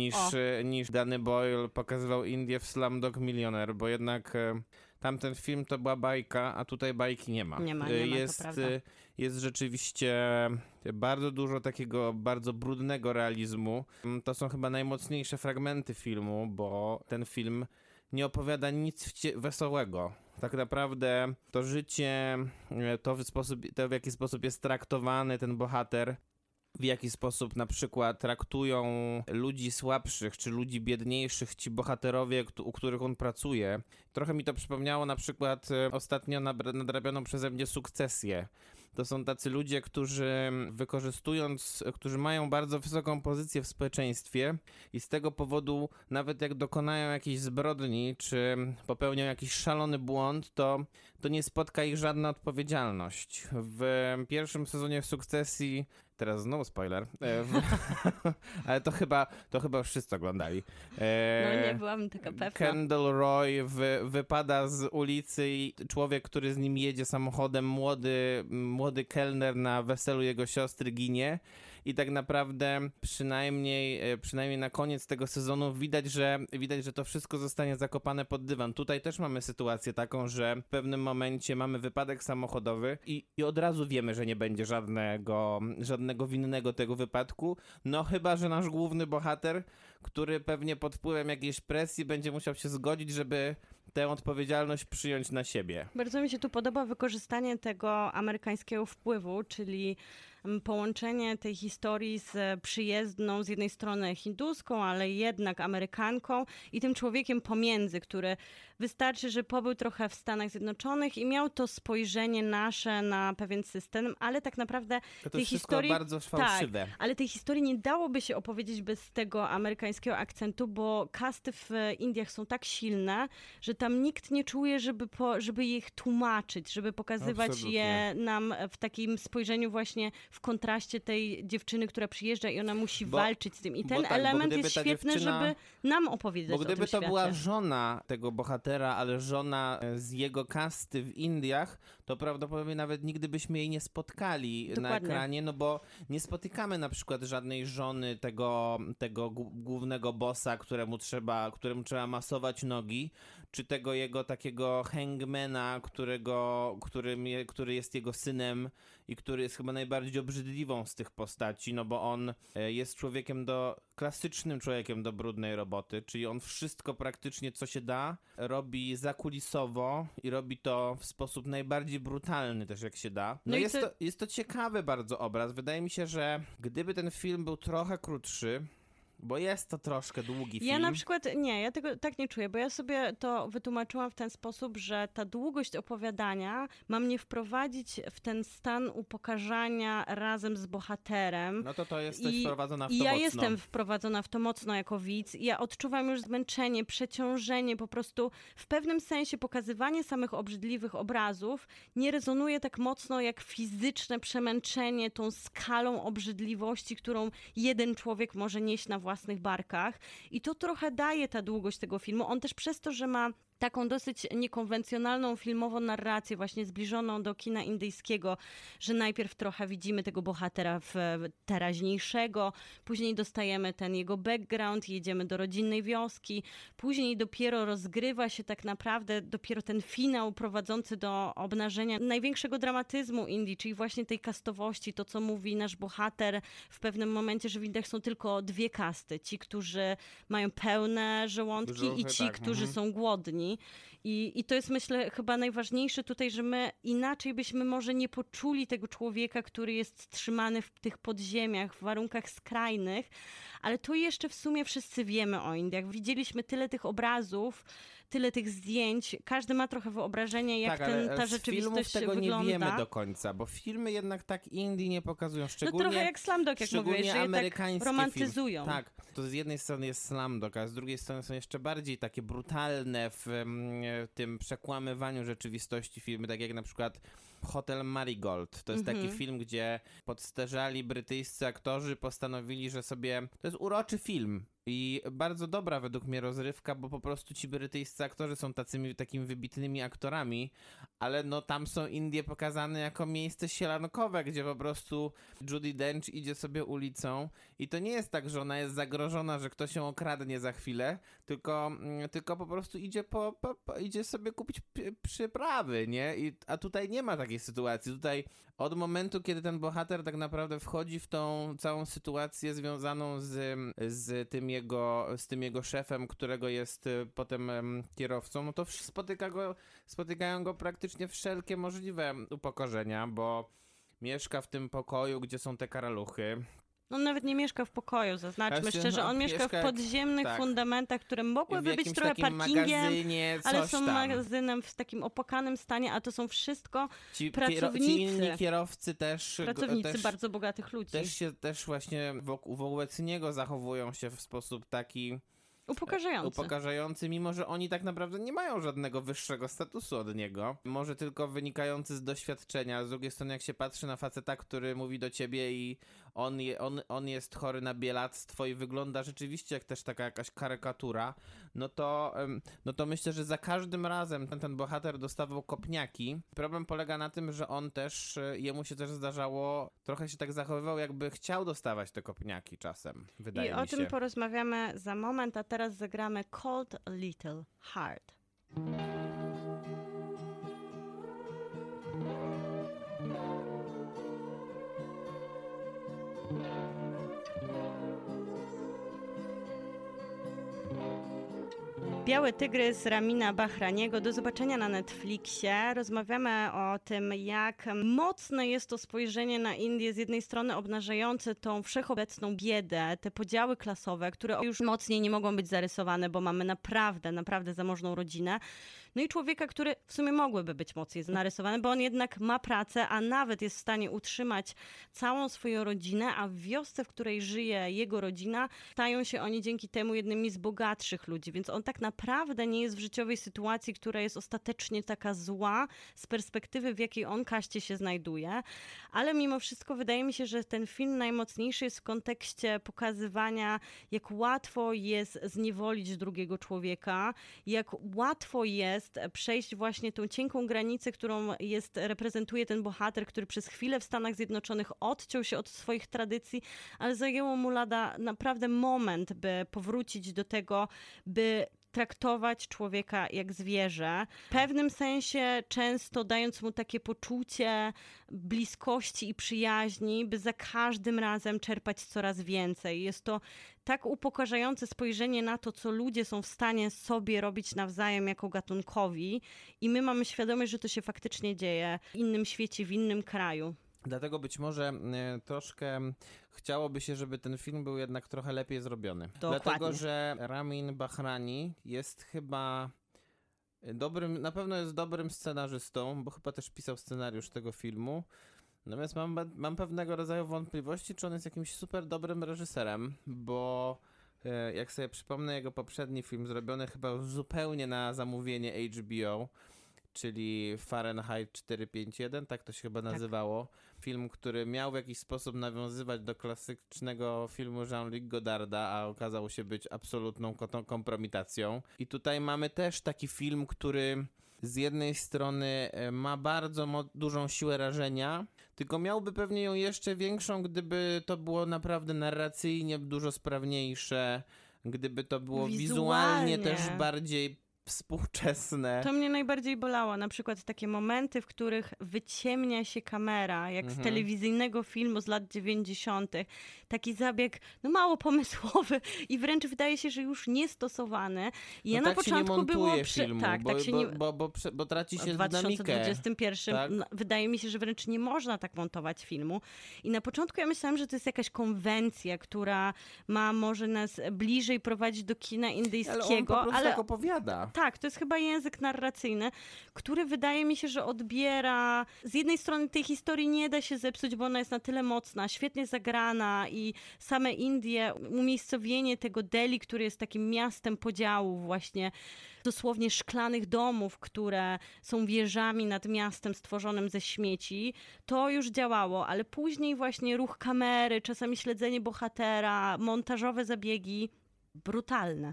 niż Danny Boyle pokazywał Indię w Slumdog Millionaire, bo jednak tamten film to była bajka, a tutaj bajki nie ma.
Nie ma, to prawda.
Jest rzeczywiście bardzo dużo takiego bardzo brudnego realizmu. To są chyba najmocniejsze fragmenty filmu, bo ten film nie opowiada nic wesołego. Tak naprawdę to życie, to w jaki sposób jest traktowany ten bohater, w jaki sposób na przykład traktują ludzi słabszych czy ludzi biedniejszych ci bohaterowie, u których on pracuje. Trochę mi to przypomniało na przykład ostatnio nadrabioną przeze mnie Sukcesję. To są tacy ludzie, którzy mają bardzo wysoką pozycję w społeczeństwie i z tego powodu nawet jak dokonają jakiejś zbrodni, czy popełnią jakiś szalony błąd, to nie spotka ich żadna odpowiedzialność. W pierwszym sezonie Sukcesji, teraz znowu spoiler, ale to chyba już wszyscy oglądali.
No nie byłam taka pewna.
Kendall Roy wypada z ulicy i człowiek, który z nim jedzie samochodem, młody kelner na weselu jego siostry ginie i tak naprawdę przynajmniej na koniec tego sezonu widać, że to wszystko zostanie zakopane pod dywan. Tutaj też mamy sytuację taką, że w pewnym momencie mamy wypadek samochodowy i od razu wiemy, że nie będzie żadnego winnego tego wypadku, no chyba że nasz główny bohater, który pewnie pod wpływem jakiejś presji będzie musiał się zgodzić, żeby tę odpowiedzialność przyjąć na siebie.
Bardzo mi się tu podoba wykorzystanie tego amerykańskiego wpływu, czyli połączenie tej historii z przyjezdną z jednej strony hinduską, ale jednak Amerykanką i tym człowiekiem pomiędzy, który wystarczy, że pobył trochę w Stanach Zjednoczonych i miał to spojrzenie nasze na pewien system, ale tak naprawdę
to
tej
jest
historii
bardzo fałszywe.
Tak, ale tej historii nie dałoby się opowiedzieć bez tego amerykańskiego akcentu, bo casty w Indiach są tak silne, że tam nikt nie czuje, żeby ich tłumaczyć, żeby pokazywać
Absolutnie.
je nam w takim spojrzeniu właśnie w kontraście tej dziewczyny, która przyjeżdża i ona musi walczyć z tym. I ten element jest świetny, żeby nam opowiedzieć o tym
Bo gdyby to była
świecie.
żona tego bohatera, ale żona z jego kasty w Indiach, to prawdopodobnie nawet nigdy byśmy jej nie spotkali na
Dokładnie.
ekranie, no bo nie spotykamy na przykład żadnej żony tego głównego bossa, któremu trzeba masować nogi, czy tego jego takiego hangmana, który jest jego synem i który jest chyba najbardziej obrzydliwą z tych postaci, no bo on jest klasycznym człowiekiem do brudnej roboty, czyli on wszystko praktycznie, co się da, robi zakulisowo i robi to w sposób najbardziej brutalny też, jak się da. No jest to ciekawy bardzo obraz. Wydaje mi się, że gdyby ten film był trochę krótszy, bo jest to troszkę długi film.
Ja na przykład, ja tego tak nie czuję, bo ja sobie to wytłumaczyłam w ten sposób, że ta długość opowiadania ma mnie wprowadzić w ten stan upokarzania razem z bohaterem.
No to jesteś wprowadzona w to
I ja
mocno.
jestem wprowadzona w to mocno jako widz. Ja odczuwam już zmęczenie, przeciążenie, po prostu w pewnym sensie pokazywanie samych obrzydliwych obrazów nie rezonuje tak mocno jak fizyczne przemęczenie tą skalą obrzydliwości, którą jeden człowiek może nieść na własnych barkach. I to trochę daje ta długość tego filmu. On też przez to, że ma taką dosyć niekonwencjonalną filmową narrację, właśnie zbliżoną do kina indyjskiego, że najpierw trochę widzimy tego bohatera teraźniejszego, później dostajemy ten jego background, jedziemy do rodzinnej wioski, później dopiero rozgrywa się tak naprawdę dopiero ten finał prowadzący do obnażenia największego dramatyzmu Indii, czyli właśnie tej kastowości, to co mówi nasz bohater w pewnym momencie, że w Indiach są tylko dwie kasty, ci, którzy mają pełne żołądki i ci, którzy są głodni. I to jest, myślę, chyba najważniejsze tutaj, że my inaczej byśmy może nie poczuli tego człowieka, który jest trzymany w tych podziemiach, w warunkach skrajnych, ale to jeszcze w sumie wszyscy wiemy o Indiach. Widzieliśmy tyle tych obrazów, tyle tych zdjęć, każdy ma trochę wyobrażenie, jak ta rzeczywistość
tego
wygląda.
Nie wiemy do końca, bo filmy jednak tak Indii nie pokazują, szczególnie...
No trochę jak Slumdog, jak mówiłeś, że je tak romantyzują.
Film. Tak, to z jednej strony jest Slumdog, a z drugiej strony są jeszcze bardziej takie brutalne w tym przekłamywaniu rzeczywistości filmy, tak jak na przykład Hotel Marigold. To jest taki film, gdzie podstarzali brytyjscy aktorzy postanowili, że sobie... To jest uroczy film i bardzo dobra według mnie rozrywka, bo po prostu ci brytyjscy aktorzy są takimi wybitnymi aktorami, ale no tam są Indie pokazane jako miejsce sielankowe, gdzie po prostu Judi Dench idzie sobie ulicą i to nie jest tak, że ona jest zagrożona, że ktoś ją okradnie za chwilę, tylko po prostu idzie sobie kupić przyprawy, nie? A tutaj nie ma takiej sytuacji. Tutaj od momentu, kiedy ten bohater tak naprawdę wchodzi w tą całą sytuację związaną z tym jego szefem, którego jest potem kierowcą, no to spotykają go praktycznie wszelkie możliwe upokorzenia, bo mieszka w tym pokoju, gdzie są te karaluchy.
On nawet nie mieszka w pokoju, zaznaczmy szczerze. On mieszka w podziemnych fundamentach, które mogłyby być trochę parkingiem, ale są magazynem w takim opłakanym stanie, a to są wszystko pracownicy.
Ci inni kierowcy też...
Pracownicy bardzo bogatych ludzi.
Też właśnie wobec niego zachowują się w sposób taki... Upokarzający, mimo że oni tak naprawdę nie mają żadnego wyższego statusu od niego. Może tylko wynikający z doświadczenia. Z drugiej strony, jak się patrzy na faceta, który mówi do ciebie i on jest chory na bielactwo i wygląda rzeczywiście jak też taka jakaś karykatura, no to myślę, że za każdym razem ten bohater dostawał kopniaki. Problem polega na tym, że jemu się też zdarzało, trochę się tak zachowywał, jakby chciał dostawać te kopniaki czasem, wydaje mi się.
I o tym porozmawiamy za moment, a teraz zagramy Cold Little Heart. Biały Tygrys Ramina Bahraniego. Do zobaczenia na Netflixie. Rozmawiamy o tym, jak mocne jest to spojrzenie na Indię, z jednej strony obnażające tą wszechobecną biedę, te podziały klasowe, które już mocniej nie mogą być zarysowane, bo mamy naprawdę zamożną rodzinę. No i człowieka, który w sumie mogłyby być mocniej narysowany, bo on jednak ma pracę, a nawet jest w stanie utrzymać całą swoją rodzinę, a w wiosce, w której żyje jego rodzina, stają się oni dzięki temu jednymi z bogatszych ludzi, więc on tak naprawdę nie jest w życiowej sytuacji, która jest ostatecznie taka zła z perspektywy, w jakiej on kaście się znajduje, ale mimo wszystko wydaje mi się, że ten film najmocniejszy jest w kontekście pokazywania, jak łatwo jest zniewolić drugiego człowieka, jak łatwo jest przejść właśnie tą cienką granicę, którą reprezentuje ten bohater, który przez chwilę w Stanach Zjednoczonych odciął się od swoich tradycji, ale zajęło mu lada naprawdę moment, by powrócić do tego, by traktować człowieka jak zwierzę. W pewnym sensie często dając mu takie poczucie bliskości i przyjaźni, by za każdym razem czerpać coraz więcej. Jest to tak upokarzające spojrzenie na to, co ludzie są w stanie sobie robić nawzajem jako gatunkowi i my mamy świadomość, że to się faktycznie dzieje w innym świecie, w innym kraju.
Dlatego być może troszkę chciałoby się, żeby ten film był jednak trochę lepiej zrobiony.
Dokładnie.
Dlatego, że Ramin Bahrani jest chyba na pewno jest dobrym scenarzystą, bo chyba też pisał scenariusz tego filmu. Natomiast mam pewnego rodzaju wątpliwości, czy on jest jakimś super dobrym reżyserem, bo jak sobie przypomnę jego poprzedni film, zrobiony chyba zupełnie na zamówienie HBO, czyli Fahrenheit 451, tak to się chyba nazywało. Film, który miał w jakiś sposób nawiązywać do klasycznego filmu Jean-Luc Goddarda, a okazał się być absolutną kompromitacją. I tutaj mamy też taki film, który z jednej strony ma bardzo dużą siłę rażenia, tylko miałby pewnie ją jeszcze większą, gdyby to było naprawdę narracyjnie dużo sprawniejsze, gdyby to było wizualnie też bardziej współczesne.
To mnie najbardziej bolało. Na przykład takie momenty, w których wyciemnia się kamera, jak z telewizyjnego filmu z lat 90. Taki zabieg, no mało pomysłowy i wręcz wydaje się, że już niestosowany. I ja
no
na
tak
początku
się nie
było
montuje filmu,
tak,
bo,
tak się nie...
bo traci się
w
dynamikę.
2021
tak?
wydaje mi się, że wręcz nie można tak montować filmu. I na początku ja myślałam, że to jest jakaś konwencja, która ma może nas bliżej prowadzić do kina indyjskiego.
Ale on po prostu tak opowiada.
Tak, to jest chyba język narracyjny, który wydaje mi się, że odbiera... Z jednej strony tej historii nie da się zepsuć, bo ona jest na tyle mocna, świetnie zagrana i same Indie, umiejscowienie tego Delhi, który jest takim miastem podziału właśnie, dosłownie szklanych domów, które są wieżami nad miastem stworzonym ze śmieci, to już działało, ale później właśnie ruch kamery, czasami śledzenie bohatera, montażowe zabiegi, brutalne.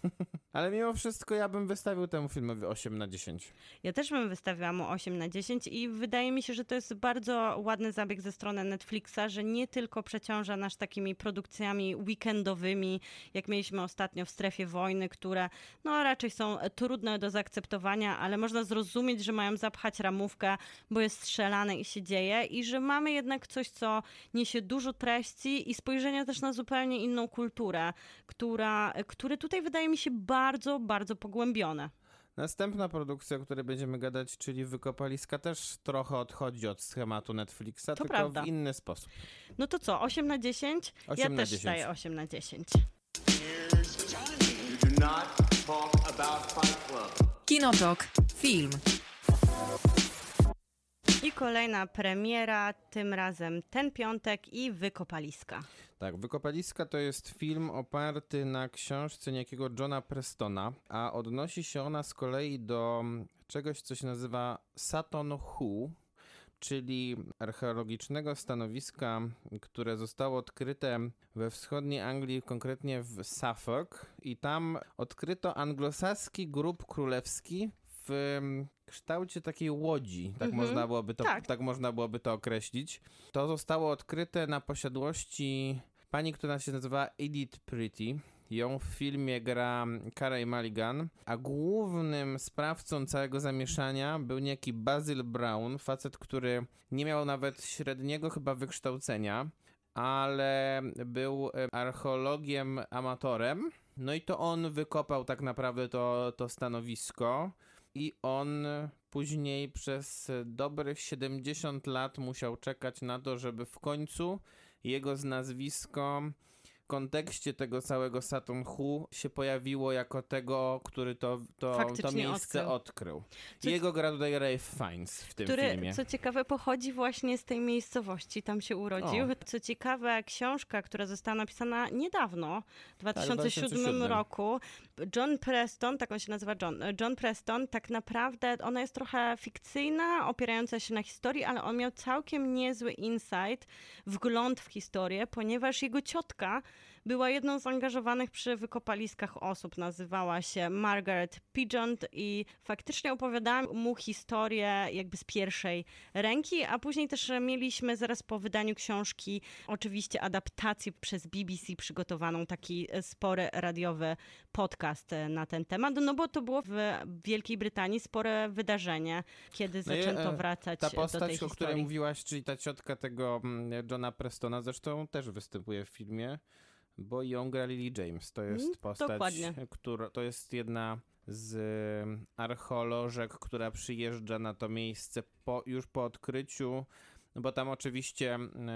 Ale mimo wszystko ja bym wystawił temu filmowi 8/10.
Ja też bym wystawiła mu 8/10 i wydaje mi się, że to jest bardzo ładny zabieg ze strony Netflixa, że nie tylko przeciąża nas takimi produkcjami weekendowymi, jak mieliśmy ostatnio w Strefie Wojny, które no raczej są trudne do zaakceptowania, ale można zrozumieć, że mają zapchać ramówkę, bo jest strzelane i się dzieje i że mamy jednak coś, co niesie dużo treści i spojrzenia też na zupełnie inną kulturę, które tutaj wydaje mi się bardzo, bardzo pogłębione.
Następna produkcja, o której będziemy gadać, czyli Wykopaliska, też trochę odchodzi od schematu Netflixa,
To
tylko
prawda.
w inny sposób.
No to co, 8/10?
8
Ja
na
też
10.
daję 8/10.
You do not talk about Fight Club.
Kinotok. Film.
I kolejna premiera, tym razem ten piątek i Wykopaliska.
Tak, Wykopaliska to jest film oparty na książce niejakiego Johna Prestona, a odnosi się ona z kolei do czegoś, co się nazywa Sutton Hoo, czyli archeologicznego stanowiska, które zostało odkryte we wschodniej Anglii, konkretnie w Suffolk, i tam odkryto anglosaski grób królewski w kształcie takiej łodzi, tak można byłoby to określić. To zostało odkryte na posiadłości pani, która się nazywa Edith Pretty. Ją w filmie gra Carey Mulligan, a głównym sprawcą całego zamieszania był niejaki Basil Brown, facet, który nie miał nawet średniego chyba wykształcenia, ale był archeologiem amatorem. No i to on wykopał tak naprawdę to stanowisko i on później przez dobrych 70 lat musiał czekać na to, żeby w końcu jego nazwisko w kontekście tego całego Sutton Hoo się pojawiło jako tego, który to miejsce odkrył. Jego gra tutaj Ralph Fiennes w tym filmie.
Co ciekawe, pochodzi właśnie z tej miejscowości, tam się urodził. Co ciekawe, książka, która została napisana niedawno, w 2007 roku. John Preston, tak on się nazywa, John Preston, tak naprawdę ona jest trochę fikcyjna, opierająca się na historii, ale on miał całkiem niezły insight, wgląd w historię, ponieważ jego ciotka była jedną z zaangażowanych przy wykopaliskach osób. Nazywała się Margaret Pigott i faktycznie opowiadałam mu historię jakby z pierwszej ręki, a później też mieliśmy zaraz po wydaniu książki oczywiście adaptację przez BBC przygotowaną, taki spory radiowy podcast na ten temat, no bo to było w Wielkiej Brytanii spore wydarzenie, kiedy zaczęto wracać do tej historii.
Ta postać, o której mówiłaś, czyli ta ciotka tego Johna Prestona, zresztą też występuje w filmie, bo ją gra Lily James. To jest postać, to jest jedna z archeolożek, która przyjeżdża na to miejsce już po odkryciu, no bo tam oczywiście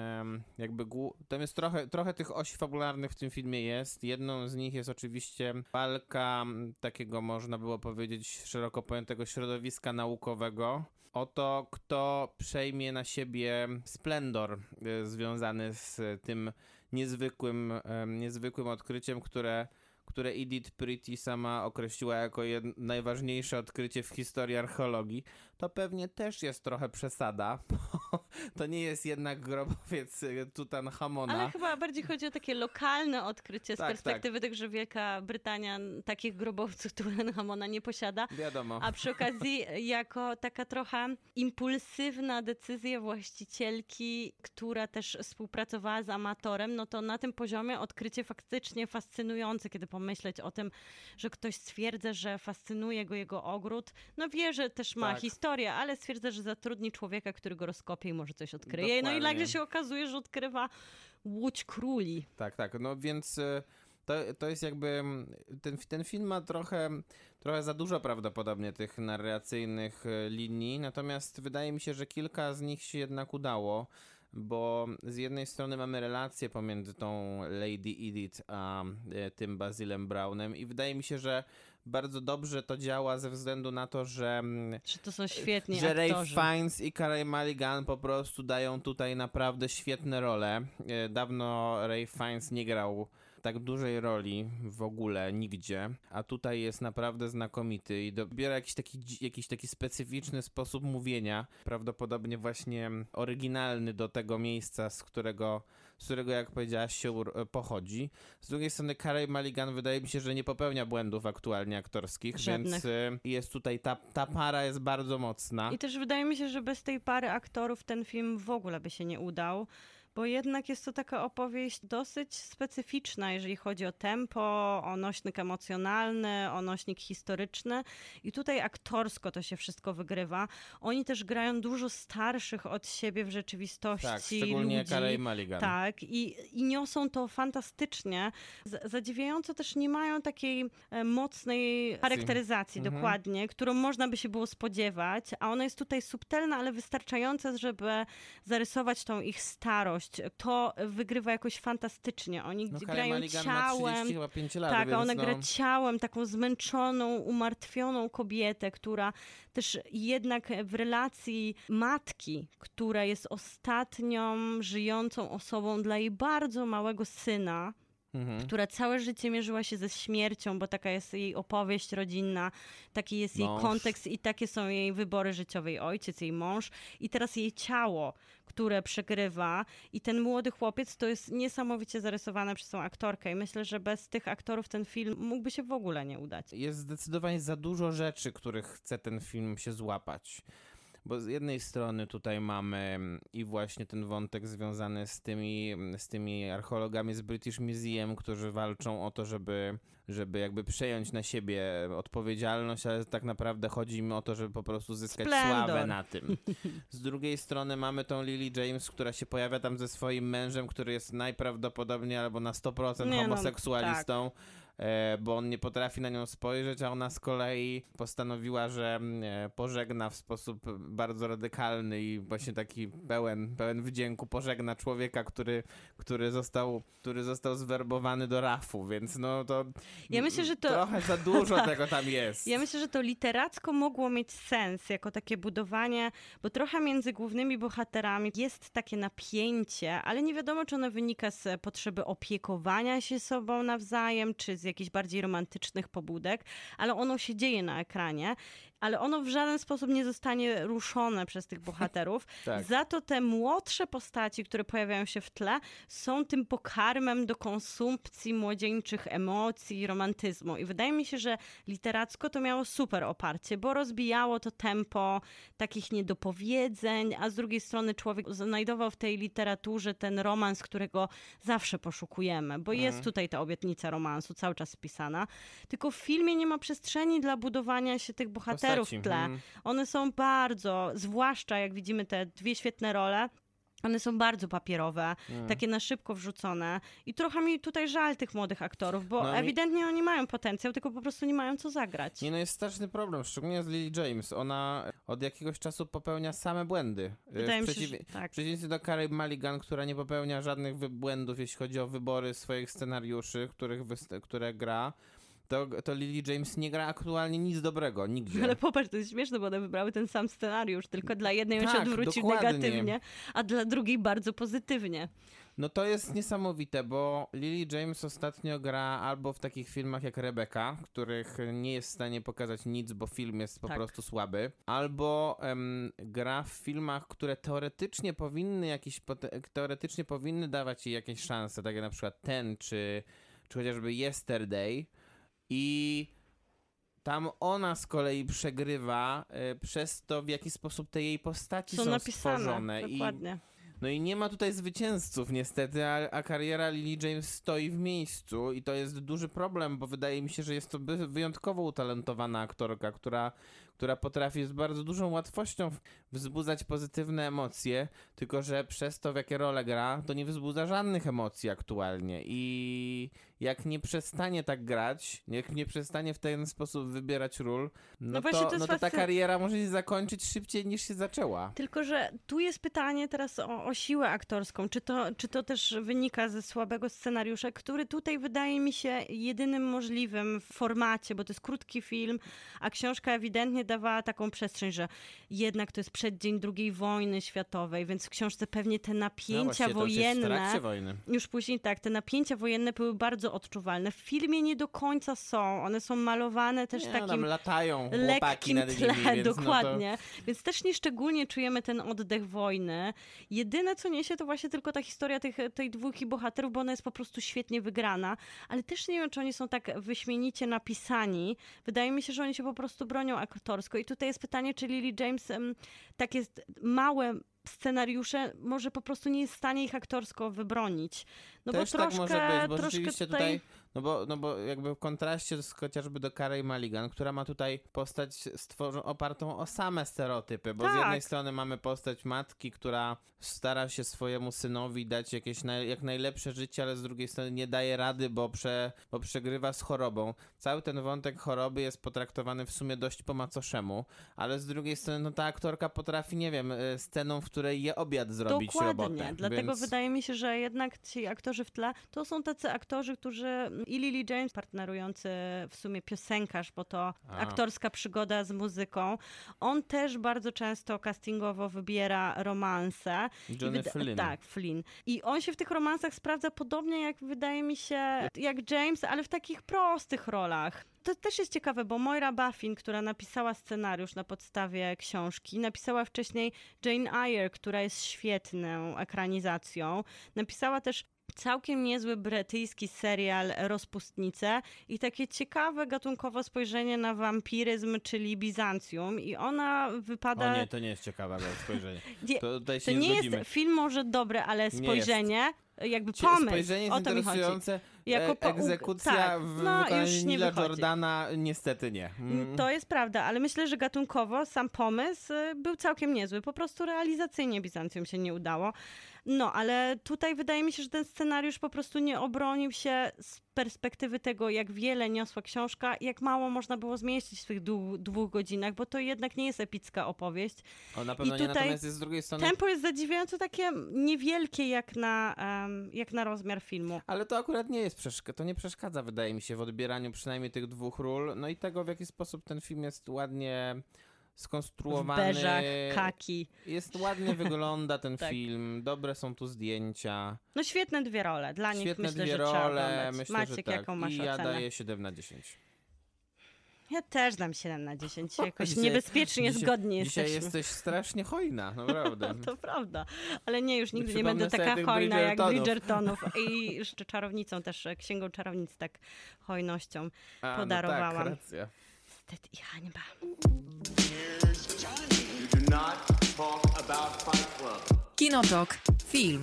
tam jest trochę tych osi fabularnych w tym filmie jest. Jedną z nich jest oczywiście walka takiego, można było powiedzieć, szeroko pojętego środowiska naukowego o to, kto przejmie na siebie splendor związany z tym niezwykłym odkryciem, które Edith Pretty sama określiła jako najważniejsze odkrycie w historii archeologii, to pewnie też jest trochę przesada, bo to nie jest jednak grobowiec Tutanchamona.
Ale chyba bardziej chodzi o takie lokalne odkrycie z
Tak,
perspektywy tych, że Wielka Brytania takich grobowców Tutanchamona nie posiada.
Wiadomo.
A przy okazji jako taka trochę impulsywna decyzja właścicielki, która też współpracowała z amatorem, no to na tym poziomie odkrycie faktycznie fascynujące, kiedy pomyśleć o tym, że ktoś stwierdza, że fascynuje go jego ogród. No wie, że też ma
Tak.
historię, ale stwierdza, że zatrudni człowieka, który go rozkopie i może coś odkryje. No i
Dokładnie.
nagle się okazuje, że odkrywa Łódź Króli.
Tak, no więc to jest jakby, ten film ma trochę za dużo prawdopodobnie tych narracyjnych linii, natomiast wydaje mi się, że kilka z nich się jednak udało, bo z jednej strony mamy relację pomiędzy tą Lady Edith a tym Basilem Brownem i wydaje mi się, że bardzo dobrze to działa ze względu na to, że
Czy to są świetni
że Ralph
aktorzy.
Fiennes i Carey Mulligan po prostu dają tutaj naprawdę świetne role. Dawno Ralph Fiennes nie grał tak dużej roli w ogóle nigdzie, a tutaj jest naprawdę znakomity i dobiera jakiś taki specyficzny sposób mówienia, prawdopodobnie właśnie oryginalny do tego miejsca, z którego jak powiedziałaś się pochodzi. Z drugiej strony Carey Mulligan wydaje mi się, że nie popełnia błędów aktualnie aktorskich,
Żadnych.
więc jest tutaj ta para jest bardzo mocna.
I też wydaje mi się, że bez tej pary aktorów ten film w ogóle by się nie udał. Bo jednak jest to taka opowieść dosyć specyficzna, jeżeli chodzi o tempo, o nośnik emocjonalny, o nośnik historyczny. I tutaj aktorsko to się wszystko wygrywa. Oni też grają dużo starszych od siebie w rzeczywistości
Tak, szczególnie
ludzi.
Carey Mulligan.
Tak, i niosą to fantastycznie. Zadziwiająco też nie mają takiej mocnej charakteryzacji, dokładnie, którą można by się było spodziewać, a ona jest tutaj subtelna, ale wystarczająca, żeby zarysować tą ich starość. To wygrywa jakoś fantastycznie. Oni
No, Carey
grają
Mulligan ma
ciałem.
35 lat,
Tak, a
więc
ona
no...
gra ciałem, taką zmęczoną, umartwioną kobietę, która też jednak w relacji matki, która jest ostatnią żyjącą osobą dla jej bardzo małego syna, która całe życie mierzyła się ze śmiercią, bo taka jest jej opowieść rodzinna, taki jest jej
Mąż.
kontekst i takie są jej wybory życiowe, jej ojciec, jej mąż i teraz jej ciało, które przegrywa i ten młody chłopiec to jest niesamowicie zarysowane przez tą aktorkę i myślę, że bez tych aktorów ten film mógłby się w ogóle nie udać.
Jest zdecydowanie za dużo rzeczy, których chce ten film się złapać. Bo z jednej strony tutaj mamy i właśnie ten wątek związany z tymi archeologami z British Museum, którzy walczą o to, żeby jakby przejąć na siebie odpowiedzialność, ale tak naprawdę chodzi im o to, żeby po prostu zyskać
Splendor.
sławę na tym. Z drugiej strony mamy tą Lily James, która się pojawia tam ze swoim mężem, który jest najprawdopodobniej albo na 100%
Nie, no,
homoseksualistą. Bo on nie potrafi na nią spojrzeć, a ona z kolei postanowiła, że pożegna w sposób bardzo radykalny i właśnie taki pełen wdzięku pożegna człowieka, który został zwerbowany do RAF-u, więc no to,
Ja myślę, że to
trochę za dużo tego tam jest.
Ja myślę, że to literacko mogło mieć sens jako takie budowanie, bo trochę między głównymi bohaterami jest takie napięcie, ale nie wiadomo, czy ono wynika z potrzeby opiekowania się sobą nawzajem, czy z jakichś bardziej romantycznych pobudek, ale ono się dzieje na ekranie, ale ono w żaden sposób nie zostanie ruszone przez tych bohaterów.
Tak.
Za to te młodsze postaci, które pojawiają się w tle, są tym pokarmem do konsumpcji młodzieńczych emocji, romantyzmu. I wydaje mi się, że literacko to miało super oparcie, bo rozbijało to tempo takich niedopowiedzeń, a z drugiej strony człowiek znajdował w tej literaturze ten romans, którego zawsze poszukujemy, bo jest tutaj ta obietnica romansu cały czas spisana. Tylko w filmie nie ma przestrzeni dla budowania się tych bohaterów w tle. One są bardzo, zwłaszcza jak widzimy te dwie świetne role, one są bardzo papierowe, takie na szybko wrzucone i trochę mi tutaj żal tych młodych aktorów, bo ewidentnie oni mają potencjał, tylko po prostu nie mają co zagrać.
Nie, no jest straszny problem, szczególnie z Lily James. Ona od jakiegoś czasu popełnia same błędy.
Wydaje mi się, że tak.
W przeciwieństwie do Carey Mulligan, która nie popełnia żadnych błędów, jeśli chodzi o wybory swoich scenariuszy, które gra, to Lily James nie gra aktualnie nic dobrego, nigdzie.
Ale popatrz, to jest śmieszne, bo one wybrały ten sam scenariusz, tylko dla jednej on się
Tak,
odwrócił
dokładnie.
negatywnie, a dla drugiej bardzo pozytywnie.
No to jest niesamowite, bo Lily James ostatnio gra albo w takich filmach jak Rebecca, których nie jest w stanie pokazać nic, bo film jest po prostu słaby, albo gra w filmach, które teoretycznie powinny dawać jej jakieś szanse, tak jak na przykład ten, czy chociażby Yesterday, i tam ona z kolei przegrywa przez to, w jaki sposób te jej postaci są stworzone.
Dokładnie.
No i nie ma tutaj zwycięzców niestety, a kariera Lily James stoi w miejscu i to jest duży problem, bo wydaje mi się, że jest to wyjątkowo utalentowana aktorka, która potrafi z bardzo dużą łatwością wzbudzać pozytywne emocje, tylko że przez to, w jakie role gra, to nie wzbudza żadnych emocji aktualnie i jak nie przestanie tak grać, jak nie przestanie w ten sposób wybierać ról, to ta kariera może się zakończyć szybciej niż się zaczęła.
Tylko że tu jest pytanie teraz o siłę aktorską. Czy to też wynika ze słabego scenariusza, który tutaj wydaje mi się jedynym możliwym w formacie, bo to jest krótki film, a książka ewidentnie dawała taką przestrzeń, że jednak to jest przeddzień II wojny światowej, więc w książce pewnie te napięcia wojenne...
To już jest w trakcie wojny.
Już później tak, te napięcia wojenne były bardzo odczuwalne. W filmie nie do końca są. One są malowane też takim
tam latają chłopaki
lekkim
nad nimi,
tle,
więc
dokładnie. Więc też nieszczególnie czujemy ten oddech wojny. Jedyne, co niesie, to właśnie tylko ta historia tej dwójki bohaterów, bo ona jest po prostu świetnie wygrana, ale też nie wiem, czy oni są tak wyśmienicie napisani. Wydaje mi się, że oni się po prostu bronią aktorsko. I tutaj jest pytanie, czy Lily James tak jest małe scenariusze, może po prostu nie jest w stanie ich aktorsko wybronić. No
też
bo
tak
troszkę,
może być, bo
troszkę
rzeczywiście tutaj no bo jakby w kontraście chociażby do Carey Mulligan, która ma tutaj postać opartą o same stereotypy, bo z jednej strony mamy postać matki, która stara się swojemu synowi dać jakieś jak najlepsze życie, ale z drugiej strony nie daje rady, bo przegrywa z chorobą. Cały ten wątek choroby jest potraktowany w sumie dość po macoszemu, ale z drugiej strony no ta aktorka potrafi, nie wiem, sceną, w której je obiad zrobić robotę.
Dokładnie, dlatego
więc...
wydaje mi się, że jednak ci aktorzy w tle to są tacy aktorzy, którzy i Lily James, partnerujący w sumie piosenkarz, bo to aktorska przygoda z muzyką. On też bardzo często castingowo wybiera romanse.
Johnny Flynn.
Tak, Flynn. I on się w tych romansach sprawdza podobnie jak wydaje mi się, jak James, ale w takich prostych rolach. To też jest ciekawe, bo Moira Buffin, która napisała scenariusz na podstawie książki, napisała wcześniej Jane Eyre, która jest świetną ekranizacją. Napisała też całkiem niezły brytyjski serial Rozpustnice i takie ciekawe gatunkowe spojrzenie na wampiryzm, czyli Bizancjum. I ona wypada...
O nie, to nie jest ciekawe spojrzenie. To tutaj się
to nie
zgodzimy.
jest film może dobry, ale spojrzenie, jakby pomysł,
spojrzenie jest
o to mi chodzi.
interesujące.
Jako
egzekucja w wykonaniu Nila Jordana niestety nie.
To jest prawda, ale myślę, że gatunkowo sam pomysł był całkiem niezły. Po prostu realizacyjnie Bizancjum się nie udało. No, ale tutaj wydaje mi się, że ten scenariusz po prostu nie obronił się z perspektywy tego, jak wiele niosła książka, jak mało można było zmieścić w tych 2 godzinach, bo to jednak nie jest epicka opowieść.
O, na pewno nie, natomiast jest z drugiej strony...
Tempo jest zadziwiająco takie niewielkie jak na rozmiar filmu.
Ale to akurat nie jest to nie przeszkadza, wydaje mi się, w odbieraniu przynajmniej tych 2 ról, no i tego, w jaki sposób ten film jest ładnie skonstruowany.
W beżach, kaki.
Jest ładnie wygląda ten
tak.
film, dobre są tu zdjęcia.
No świetne 2 role, dla nich
świetne
myślę,
2
że
role,
trzeba oglądać.
myślę,
Maciek,
że tak.
jaką masz
I ja
ocenę?
daję 7 na 10.
Ja też dam 7 na 10. Jakoś niebezpiecznie zgodnie
dzisiaj
jesteśmy.
jesteś strasznie hojna, naprawdę.
To prawda, ale nie, już nigdy nie
Przypomnę
będę
sobie
taka
tych
hojna jak
Bridgertonów.
Bridgertonów. I jeszcze czarownicą też, księgą czarownic tak hojnością podarowałam.
No tak, racja.
Wstyd i hańba.
You do not talk about Fight Club.
Kinotok. Film.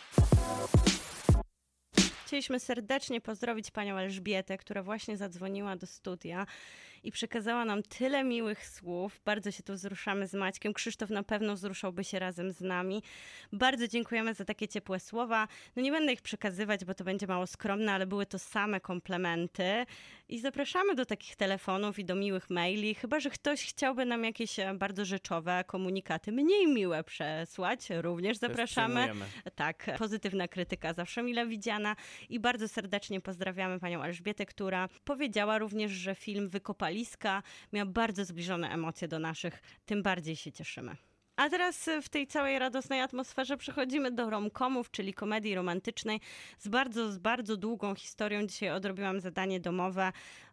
Chcieliśmy serdecznie pozdrowić panią Elżbietę, która właśnie zadzwoniła do studia i przekazała nam tyle miłych słów. Bardzo się tu wzruszamy z Maćkiem. Krzysztof na pewno wzruszałby się razem z nami. Bardzo dziękujemy za takie ciepłe słowa. No nie będę ich przekazywać, bo to będzie mało skromne, ale były to same komplementy. I zapraszamy do takich telefonów i do miłych maili, chyba że ktoś chciałby nam jakieś bardzo rzeczowe komunikaty mniej miłe przesłać. Również zapraszamy. Tak, pozytywna krytyka zawsze mile widziana. I bardzo serdecznie pozdrawiamy panią Elżbietę, która powiedziała również, że film Wykopaliska miał bardzo zbliżone emocje do naszych. Tym bardziej się cieszymy. A teraz w tej całej radosnej atmosferze przechodzimy do rom-comów, czyli komedii romantycznej z bardzo długą historią. Dzisiaj odrobiłam zadanie domowe.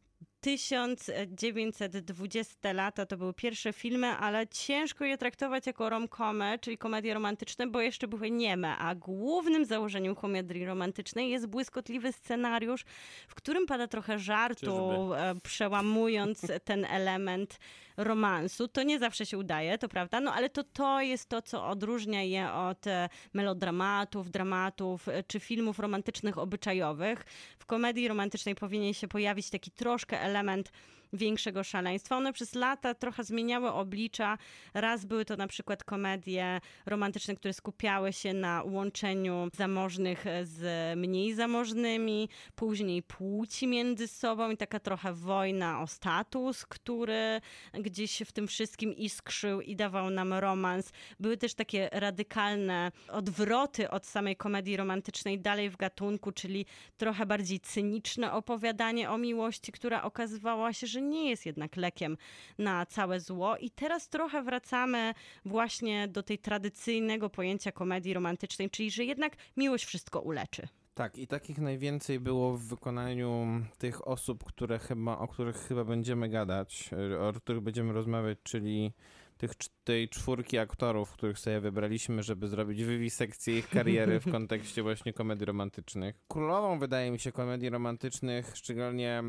1920 lata to były pierwsze filmy, ale ciężko je traktować jako rom-comy, czyli komedie romantyczne, bo jeszcze były nieme, a głównym założeniem komedii romantycznej jest błyskotliwy scenariusz, w którym pada trochę żartu, przełamując ten element romansu. To nie zawsze się udaje, to prawda, no ale to jest to, co odróżnia je od melodramatów, dramatów czy filmów romantycznych obyczajowych. W komedii romantycznej powinien się pojawić taki troszkę element większego szaleństwa. One przez lata trochę zmieniały oblicza. Raz były to na przykład komedie romantyczne, które skupiały się na łączeniu zamożnych z mniej zamożnymi, później płci między sobą i taka trochę wojna o status, który gdzieś w tym wszystkim iskrzył i dawał nam romans. Były też takie radykalne odwroty od samej komedii romantycznej dalej w gatunku, czyli trochę bardziej cyniczne opowiadanie o miłości, która okazywała się, że nie jest jednak lekiem na całe zło. I teraz trochę wracamy właśnie do tej tradycyjnego pojęcia komedii romantycznej, czyli że jednak miłość wszystko uleczy.
Tak, i takich najwięcej było w wykonaniu tych osób, o których chyba będziemy gadać, o których będziemy rozmawiać, czyli tej czwórki aktorów, których sobie wybraliśmy, żeby zrobić wiwisekcję ich kariery w kontekście właśnie komedii romantycznych. Królową, wydaje mi się, komedii romantycznych, szczególnie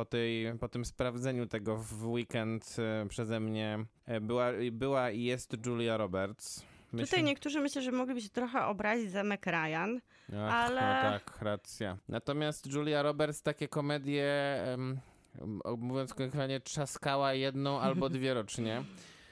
po tym sprawdzeniu tego w weekend przeze mnie, była i jest Julia Roberts.
Tutaj niektórzy myślę, że mogliby się trochę obrazić za Meg Ryan, ale...
No tak, racja. Natomiast Julia Roberts takie komedie, mówiąc kolokwialnie, trzaskała jedną albo dwie rocznie.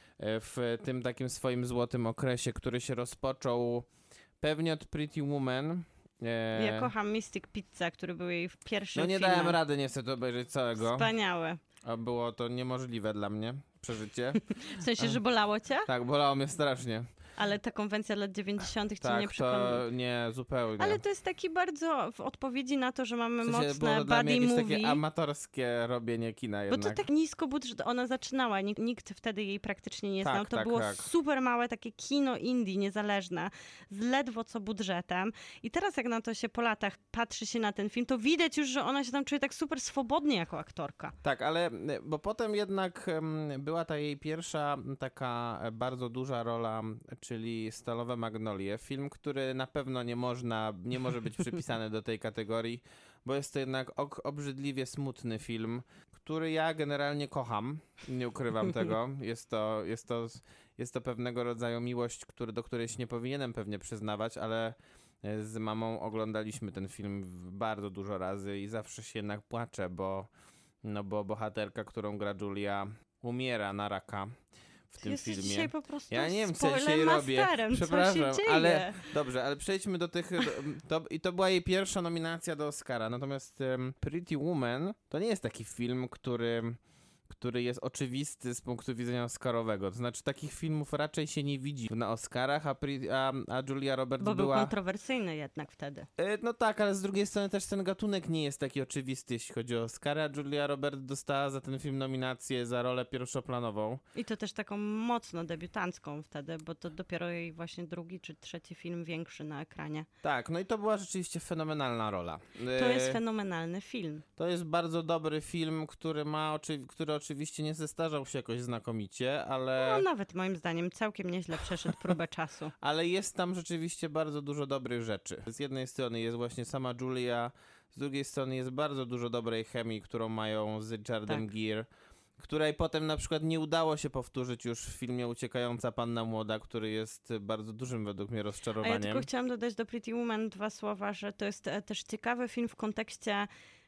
W tym takim swoim złotym okresie, który się rozpoczął pewnie od Pretty Woman.
Ja kocham Mystic Pizza, który był jej pierwszym
filmem.
filmem.
Dałem rady niestety obejrzeć całego.
Wspaniałe.
A było to niemożliwe dla mnie przeżycie.
W sensie, że bolało cię?
Tak, bolało mnie strasznie.
Ale ta konwencja lat 90. cię
tak,
nie przekonuje.
to nie, zupełnie.
Ale to jest taki bardzo w odpowiedzi na to, że mamy
w sensie
mocne
było dla mnie
buddy
jakieś
movie.
takie amatorskie robienie kina jednak.
Bo to tak nisko budżet, ona zaczynała, nikt wtedy jej praktycznie nie znał. To było super małe takie kino indie niezależne, z ledwo co budżetem. I teraz jak na to się po latach patrzy się na ten film, to widać już, że ona się tam czuje tak super swobodnie jako aktorka.
Tak, ale bo potem jednak była ta jej pierwsza taka bardzo duża rola, czyli Stalowe Magnolie. Film, który na pewno nie może być przypisany do tej kategorii, bo jest to jednak obrzydliwie smutny film, który ja generalnie kocham. Nie ukrywam tego. Jest to pewnego rodzaju miłość, do której się nie powinienem pewnie przyznawać, ale z mamą oglądaliśmy ten film bardzo dużo razy i zawsze się jednak płaczę, bo bohaterka, którą gra Julia, umiera na raka w tym
Jesteś
filmie.
dzisiaj po prostu
ja nie wiem, co ja dzisiaj robię. Przepraszam,
co się dzieje?
ale dobrze, ale przejdźmy do tych... I to była jej pierwsza nominacja do Oscara. Natomiast Pretty Woman to nie jest taki film, który jest oczywisty z punktu widzenia oscarowego. To znaczy takich filmów raczej się nie widzi na Oscarach, a Julia Roberts
Bo
była...
był kontrowersyjny jednak wtedy.
No tak, ale z drugiej strony też ten gatunek nie jest taki oczywisty, jeśli chodzi o Oscara. Julia Roberts dostała za ten film nominację za rolę pierwszoplanową.
I to też taką mocno debiutancką wtedy, bo to dopiero jej właśnie drugi czy trzeci film większy na ekranie.
Tak, no i to była rzeczywiście fenomenalna rola.
To jest fenomenalny film.
To jest bardzo dobry film, który oczywiście nie zestarzał się jakoś znakomicie, ale...
No nawet moim zdaniem całkiem nieźle przeszedł próbę czasu.
Ale jest tam rzeczywiście bardzo dużo dobrych rzeczy. Z jednej strony jest właśnie sama Julia, z drugiej strony jest bardzo dużo dobrej chemii, którą mają z Richardem Gere, której potem na przykład nie udało się powtórzyć już w filmie Uciekająca Panna Młoda, który jest bardzo dużym według mnie rozczarowaniem.
A ja tylko chciałam dodać do Pretty Woman 2 słowa, że to jest też ciekawy film w kontekście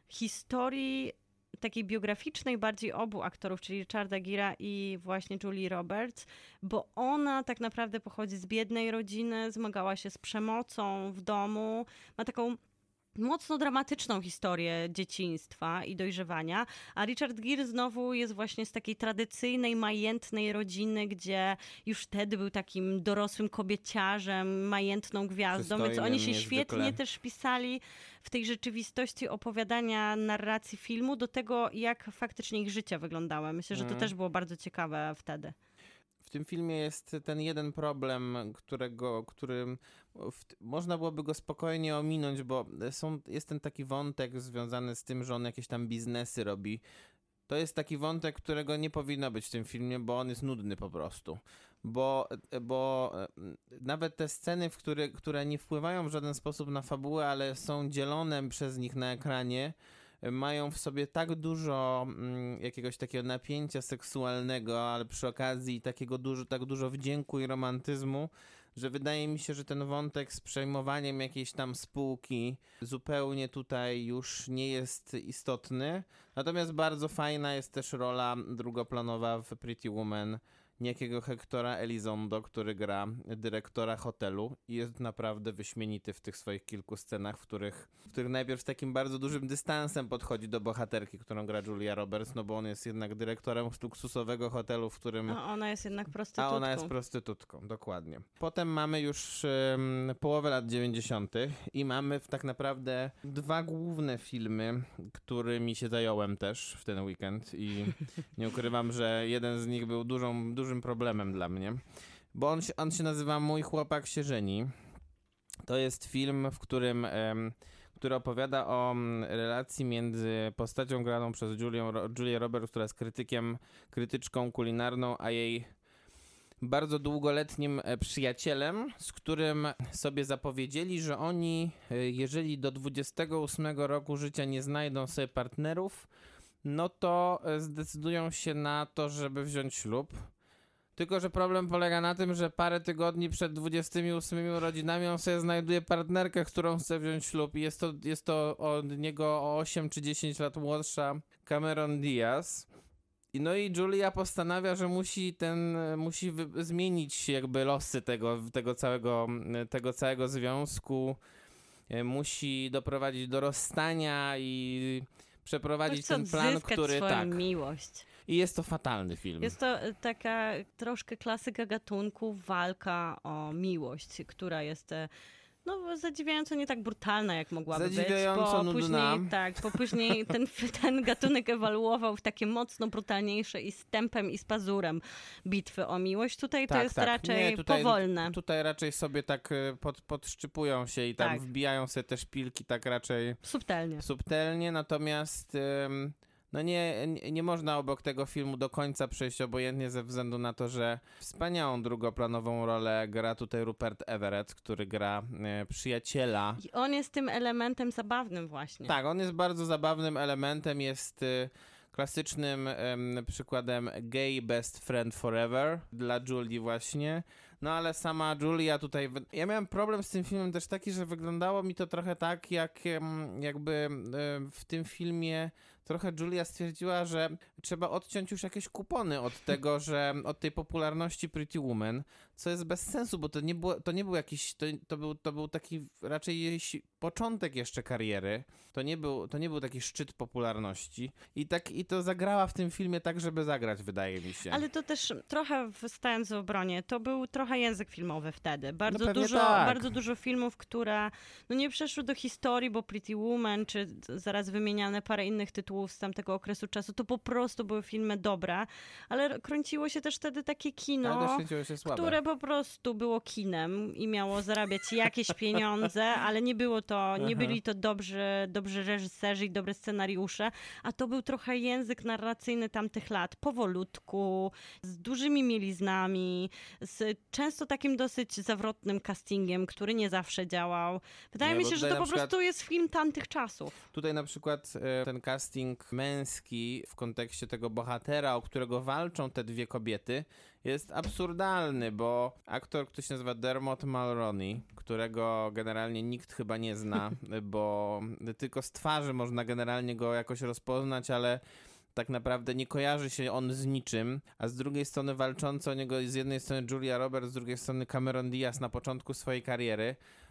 historii takiej biograficznej bardziej obu aktorów, czyli Richarda Gere'a i właśnie Julii Roberts, bo ona tak naprawdę pochodzi z biednej rodziny, zmagała się z przemocą w domu, ma taką mocno dramatyczną historię dzieciństwa i dojrzewania, a Richard Gere znowu jest właśnie z takiej tradycyjnej, majętnej rodziny, gdzie już wtedy był takim dorosłym kobieciarzem, majętną gwiazdą, więc oni się świetnie też pisali w tej rzeczywistości opowiadania narracji filmu do tego, jak faktycznie ich życie wyglądały. Myślę, że to też było bardzo ciekawe wtedy.
tym filmie jest ten jeden problem, który można byłoby go spokojnie ominąć, bo jest ten taki wątek związany z tym, że on jakieś tam biznesy robi. To jest taki wątek, którego nie powinno być w tym filmie, bo on jest nudny po prostu. Bo nawet te sceny, które nie wpływają w żaden sposób na fabułę, ale są dzielone przez nich na ekranie, mają w sobie tak dużo jakiegoś takiego napięcia seksualnego, ale przy okazji tak dużo wdzięku i romantyzmu, że wydaje mi się, że ten wątek z przejmowaniem jakiejś tam spółki zupełnie tutaj już nie jest istotny. Natomiast bardzo fajna jest też rola drugoplanowa w Pretty Woman niejakiego Hectora Elizondo, który gra dyrektora hotelu i jest naprawdę wyśmienity w tych swoich kilku scenach, w których najpierw z takim bardzo dużym dystansem podchodzi do bohaterki, którą gra Julia Roberts, no bo on jest jednak dyrektorem luksusowego hotelu, w którym...
A ona jest jednak prostytutką.
A ona jest prostytutką, dokładnie. Potem mamy już połowę lat 90. i mamy tak naprawdę dwa główne filmy, którymi się zająłem też w ten weekend i nie ukrywam, że jeden z nich był dużym problemem dla mnie, bo on się nazywa Mój chłopak się żeni. To jest film, który opowiada o relacji między postacią graną przez Julię Roberts, która jest krytyczką kulinarną, a jej bardzo długoletnim przyjacielem, z którym sobie zapowiedzieli, że oni, jeżeli do 28 roku życia nie znajdą sobie partnerów, no to zdecydują się na to, żeby wziąć ślub. Tylko że problem polega na tym, że parę tygodni przed 28 urodzinami on sobie znajduje partnerkę, z którą chce wziąć ślub. I jest to od niego o 8 czy 10 lat młodsza Cameron Diaz. No i Julia postanawia, że musi zmienić jakby losy tego całego związku. Musi doprowadzić do rozstania i przeprowadzić ten plan, który
swoją miłość.
I jest to fatalny film.
Jest to taka troszkę klasyka gatunku, walka o miłość, która jest zadziwiająco nie tak brutalna, jak mogłaby być.
Zadziwiająco nudna.
Później ten gatunek ewoluował w takie mocno brutalniejsze i z tempem i z pazurem bitwy o miłość. Tutaj to jest raczej powolne.
Tutaj raczej sobie tak podszczypują się i tam wbijają sobie te szpilki tak raczej subtelnie, natomiast... No nie można obok tego filmu do końca przejść obojętnie ze względu na to, że wspaniałą drugoplanową rolę gra tutaj Rupert Everett, który gra przyjaciela.
I on jest tym elementem zabawnym właśnie.
Tak, on jest bardzo zabawnym elementem, jest klasycznym przykładem gay best friend forever dla Julii właśnie. No ale sama Julia tutaj... Ja miałem problem z tym filmem też taki, że wyglądało mi to trochę tak, jakby w tym filmie trochę Julia stwierdziła, że trzeba odciąć już jakieś kupony od tego, od tej popularności Pretty Woman, co jest bez sensu, bo to nie był jakiś... To był taki raczej jej początek jeszcze kariery. To nie był taki szczyt popularności. I to zagrała w tym filmie tak, żeby zagrać, wydaje mi się.
Ale to też trochę stając w obronie, to był trochę język filmowy wtedy. Bardzo dużo filmów, które nie przeszły do historii, bo Pretty Woman, czy zaraz wymieniane parę innych tytułów z tamtego okresu czasu, to po prostu były filmy dobre, ale kręciło się też wtedy takie kino, które po prostu było kinem i miało zarabiać jakieś pieniądze, ale nie byli to dobrzy reżyserzy i dobre scenariusze, a to był trochę język narracyjny tamtych lat, powolutku, z dużymi mieliznami, z często takim dosyć zawrotnym castingiem, który nie zawsze działał. Wydaje mi się, że to po prostu jest film tamtych czasów.
Tutaj na przykład ten casting męski w kontekście tego bohatera, o którego walczą te dwie kobiety, jest absurdalny, bo aktor, który się nazywa Dermot Mulroney, którego generalnie nikt chyba nie zna, bo tylko z twarzy można generalnie go jakoś rozpoznać, ale tak naprawdę nie kojarzy się on z niczym, a z drugiej strony walcząca o niego z jednej strony Julia Roberts, z drugiej strony Cameron Diaz na początku swojej kariery,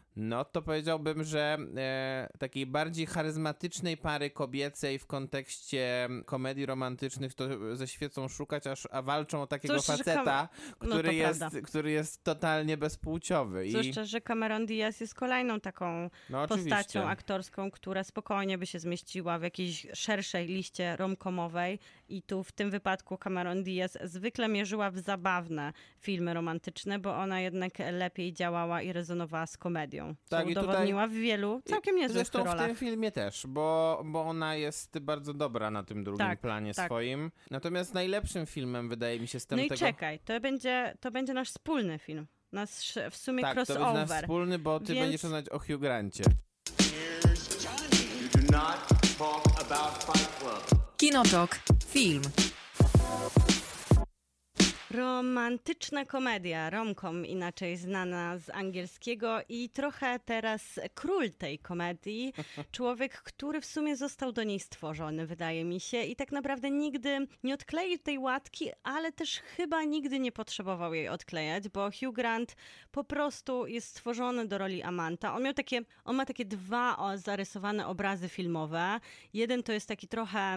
No to powiedziałbym, że takiej bardziej charyzmatycznej pary kobiecej w kontekście komedii romantycznych to ze świecą szukać, a walczą o takiego
Cóż, że
faceta, który,
prawda.
który jest totalnie bezpłciowy.
Zwłaszcza, że Cameron Diaz jest kolejną taką
No,
postacią
oczywiście.
aktorską, która spokojnie by się zmieściła w jakiejś szerszej liście romkomowej i tu w tym wypadku Cameron Diaz zwykle mierzyła w zabawne filmy romantyczne, bo ona jednak lepiej działała i rezonowała z komedią, co
Tak, i tutaj-
udowodniła w wielu całkiem niezłych
Zresztą w
rolach.
tym filmie też, bo ona jest bardzo dobra na tym drugim
Tak,
planie
tak.
swoim. Natomiast najlepszym filmem, wydaje mi się, z
No i
tego...
czekaj, to będzie nasz wspólny film. Nasz w sumie
Tak, to będzie
crossover.
nasz wspólny, bo ty
Więc-
będziesz rozmawiać o Hugh Grancie.
You do not talk about Fight Club.
Kinotok. Film.
Romantyczna komedia, romcom inaczej znana z angielskiego i trochę teraz król tej komedii, człowiek, który w sumie został do niej stworzony, wydaje mi się, i tak naprawdę nigdy nie odkleił tej łatki, ale też chyba nigdy nie potrzebował jej odklejać, bo Hugh Grant po prostu jest stworzony do roli amanta. On ma takie dwa zarysowane obrazy filmowe. Jeden to jest taki trochę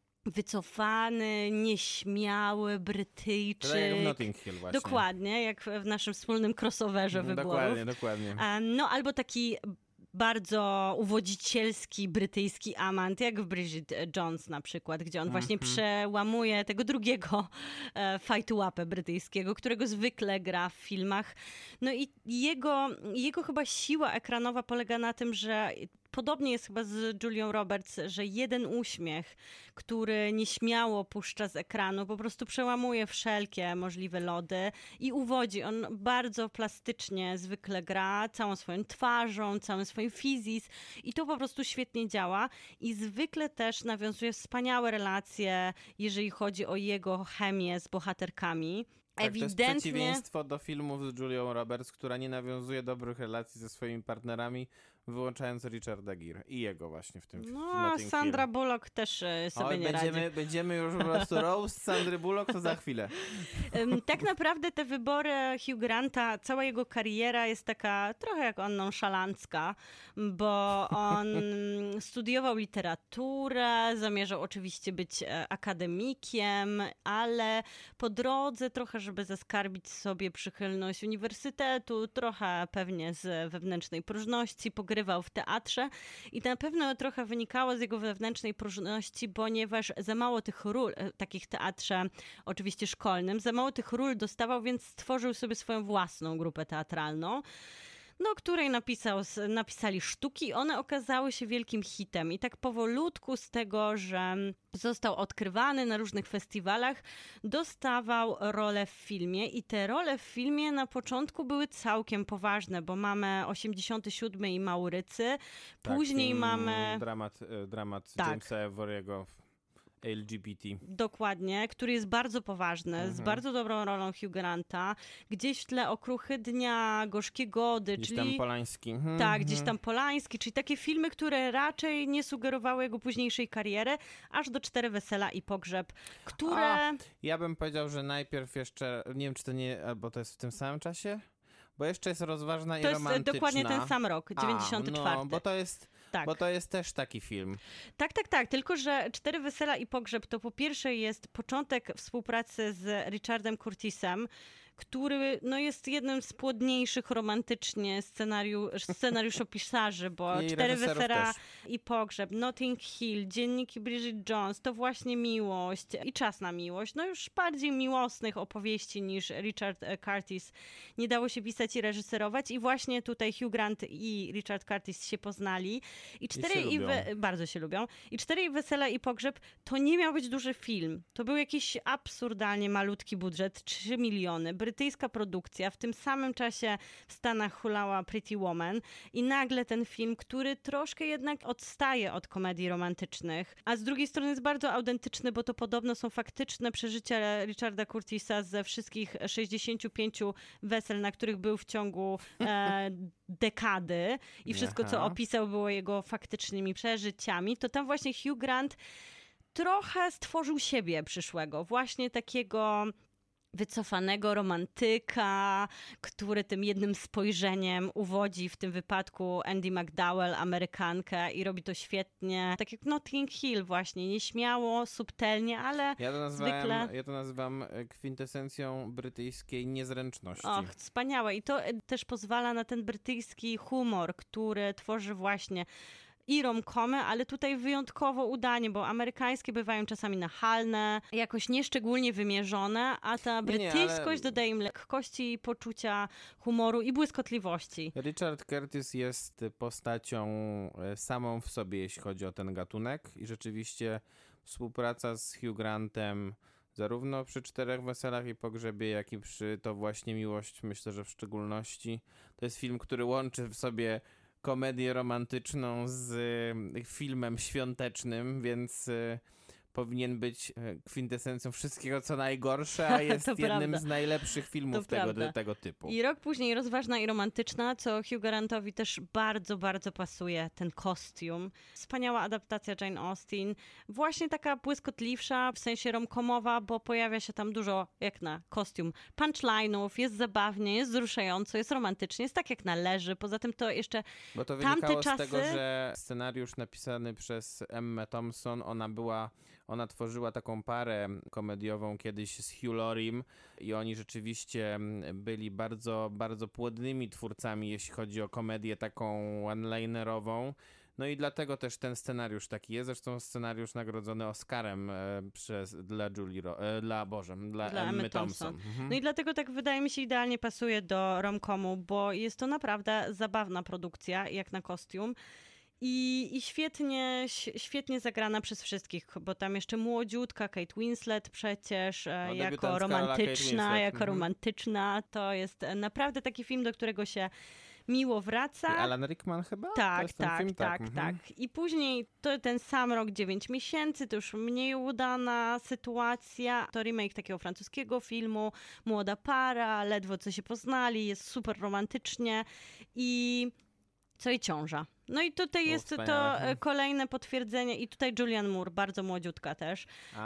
wycofany, nieśmiały Brytyjczyk.
Tak jak w Notting Hill właśnie.
Dokładnie, jak w naszym wspólnym crossoverze wyborów.
Dokładnie.
No albo taki bardzo uwodzicielski brytyjski amant, jak w Bridget Jones na przykład, gdzie on właśnie przełamuje tego drugiego fajtułapę brytyjskiego, którego zwykle gra w filmach. No i jego chyba siła ekranowa polega na tym, że podobnie jest chyba z Julią Roberts, że jeden uśmiech, który nieśmiało puszcza z ekranu, po prostu przełamuje wszelkie możliwe lody i uwodzi. On bardzo plastycznie zwykle gra, całą swoją twarzą, całym swoim fizis i to po prostu świetnie działa i zwykle też nawiązuje wspaniałe relacje, jeżeli chodzi o jego chemię z bohaterkami.
Tak, to jest przeciwieństwo do filmów z Julią Roberts, która nie nawiązuje dobrych relacji ze swoimi partnerami, wyłączając Richarda Gere i jego właśnie w tym w
No,
Notting
Sandra
Hill.
Bullock też sobie
Oj,
nie radzi.
będziemy już po prostu roast Sandry Bullock, to za chwilę.
Tak naprawdę te wybory Hugh Granta, cała jego kariera jest taka trochę jak on nonszalancka, bo on studiował literaturę, zamierzał oczywiście być akademikiem, ale po drodze trochę, żeby zaskarbić sobie przychylność uniwersytetu, trochę pewnie z wewnętrznej próżności, pogrywał w teatrze i na pewno trochę wynikało z jego wewnętrznej próżności, ponieważ za mało tych ról, takich w teatrze oczywiście szkolnym, za mało tych ról dostawał, więc stworzył sobie swoją własną grupę teatralną, no, której napisali sztuki. One okazały się wielkim hitem i tak powolutku z tego, że został odkrywany na różnych festiwalach, dostawał rolę w filmie i te role w filmie na początku były całkiem poważne, bo mamy 87 i Maurycy, później
film,
mamy...
Dramat
Tak.
Jamesa Evoriego LGBT.
Dokładnie, który jest bardzo ważny, z bardzo dobrą rolą Hugh Granta. Gdzieś w tle Okruchy Dnia, Gorzkie Gody,
Gdzieś
czyli...
tam Polański.
Tak, gdzieś tam Polański, czyli takie filmy, które raczej nie sugerowały jego późniejszej kariery, aż do Cztery Wesela i Pogrzeb, które...
Ja bym powiedział, że najpierw jeszcze, nie wiem czy to nie, albo to jest w tym samym czasie? Bo jeszcze jest Rozważna i
To jest
Romantyczna.
dokładnie ten sam rok, 94.
No,
Tak.
bo to jest też taki film.
Tak, tylko że Cztery Wesela i Pogrzeb to po pierwsze jest początek współpracy z Richardem Curtisem, który no, jest jednym z płodniejszych romantycznie scenariuszopisarzy, bo
I
Cztery
reżyserów
Wesela
też.
i Pogrzeb, Notting Hill, Dzienniki Bridget Jones, to właśnie Miłość i Czas na miłość. No już bardziej miłosnych opowieści niż Richard Curtis nie dało się pisać i reżyserować i właśnie tutaj Hugh Grant i Richard Curtis się poznali. Bardzo się lubią. I Cztery Wesela i Pogrzeb to nie miał być duży film. To był jakiś absurdalnie malutki budżet, 3 miliony. Brytyjska produkcja, w tym samym czasie w Stanach hulała Pretty Woman i nagle ten film, który troszkę jednak odstaje od komedii romantycznych, a z drugiej strony jest bardzo autentyczny, bo to podobno są faktyczne przeżycia Richarda Curtisa ze wszystkich 65 wesel, na których był w ciągu dekady i wszystko, co opisał, było jego faktycznymi przeżyciami, to tam właśnie Hugh Grant trochę stworzył siebie przyszłego, właśnie takiego wycofanego romantyka, który tym jednym spojrzeniem uwodzi w tym wypadku Andie McDowell, Amerykankę i robi to świetnie. Tak jak Notting Hill właśnie, nieśmiało, subtelnie, ale zwykle...
Ja to nazywam kwintesencją brytyjskiej niezręczności.
Och, wspaniałe. I to też pozwala na ten brytyjski humor, który tworzy właśnie i romcomy, ale tutaj wyjątkowo udanie, bo amerykańskie bywają czasami nachalne, jakoś nieszczególnie wymierzone, a ta brytyjskość dodaje im lekkości, poczucia humoru i błyskotliwości.
Richard Curtis jest postacią samą w sobie, jeśli chodzi o ten gatunek i rzeczywiście współpraca z Hugh Grantem zarówno przy Czterech Weselach i Pogrzebie, jak i przy To właśnie miłość, myślę, że w szczególności. To jest film, który łączy w sobie komedię romantyczną z filmem świątecznym, więc powinien być kwintesencją wszystkiego, co najgorsze, a jest jednym z najlepszych filmów tego typu.
I rok później Rozważna i romantyczna, co Hugh Grantowi też bardzo, bardzo pasuje, ten kostium. Wspaniała adaptacja Jane Austen, właśnie taka błyskotliwsza, w sensie romcomowa, bo pojawia się tam dużo, jak na kostium, punchline'ów, jest zabawnie, jest wzruszająco, jest romantycznie, jest tak jak należy. Poza tym to jeszcze
bo to wynikało z tego, że scenariusz napisany przez Emmę Thompson, ona tworzyła taką parę komediową kiedyś z Hugh Lauriem i oni rzeczywiście byli bardzo, bardzo płodnymi twórcami, jeśli chodzi o komedię taką one-linerową. No i dlatego też ten scenariusz taki jest. Zresztą scenariusz nagrodzony Oscarem dla Emmy Thompson. Mhm.
No i dlatego tak wydaje mi się idealnie pasuje do romcomu, bo jest to naprawdę zabawna produkcja, jak na kostium. I świetnie zagrana przez wszystkich, bo tam jeszcze młodziutka Kate Winslet przecież jako romantyczna. To jest naprawdę taki film, do którego się miło wraca.
I Alan Rickman chyba?
Tak. I później ten sam rok, 9 miesięcy, to już mniej udana sytuacja. To remake takiego francuskiego filmu, młoda para, ledwo co się poznali, jest super romantycznie i ciąża. No i tutaj jest to kolejne potwierdzenie i tutaj Julianne Moore, bardzo młodziutka też.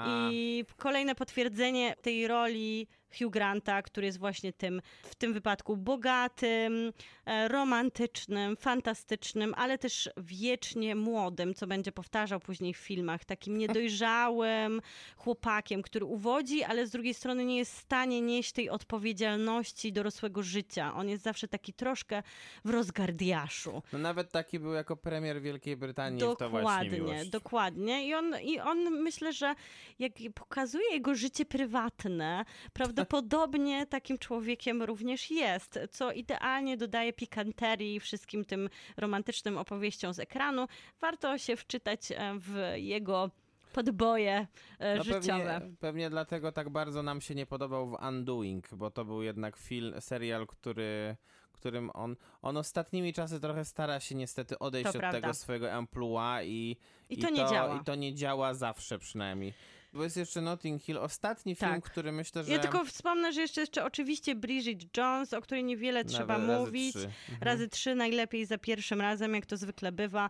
I kolejne potwierdzenie tej roli Hugh Granta, który jest właśnie w tym wypadku bogatym, romantycznym, fantastycznym, ale też wiecznie młodym, co będzie powtarzał później w filmach, takim niedojrzałym chłopakiem, który uwodzi, ale z drugiej strony nie jest w stanie nieść tej odpowiedzialności dorosłego życia. On jest zawsze taki troszkę w rozgardiaszu.
No nawet taki był jako premier Wielkiej Brytanii w To właśnie miłość.
Dokładnie. I on myślę, że jak pokazuje jego życie prywatne, prawdopodobnie takim człowiekiem również jest, co idealnie dodaje pikanterii wszystkim tym romantycznym opowieściom z ekranu. Warto się wczytać w jego podboje życiowe.
Pewnie dlatego tak bardzo nam się nie podobał w Undoing, bo to był jednak serial, którym on ostatnimi czasy trochę stara się niestety odejść od tego swojego amplua i
to nie działa.
I to nie działa zawsze przynajmniej. Bo jest jeszcze Notting Hill, ostatni film, który myślę, że...
Ja tylko wspomnę, że jeszcze oczywiście Bridget Jones, o której niewiele trzeba mówić. Razy 3 najlepiej za pierwszym razem, jak to zwykle bywa.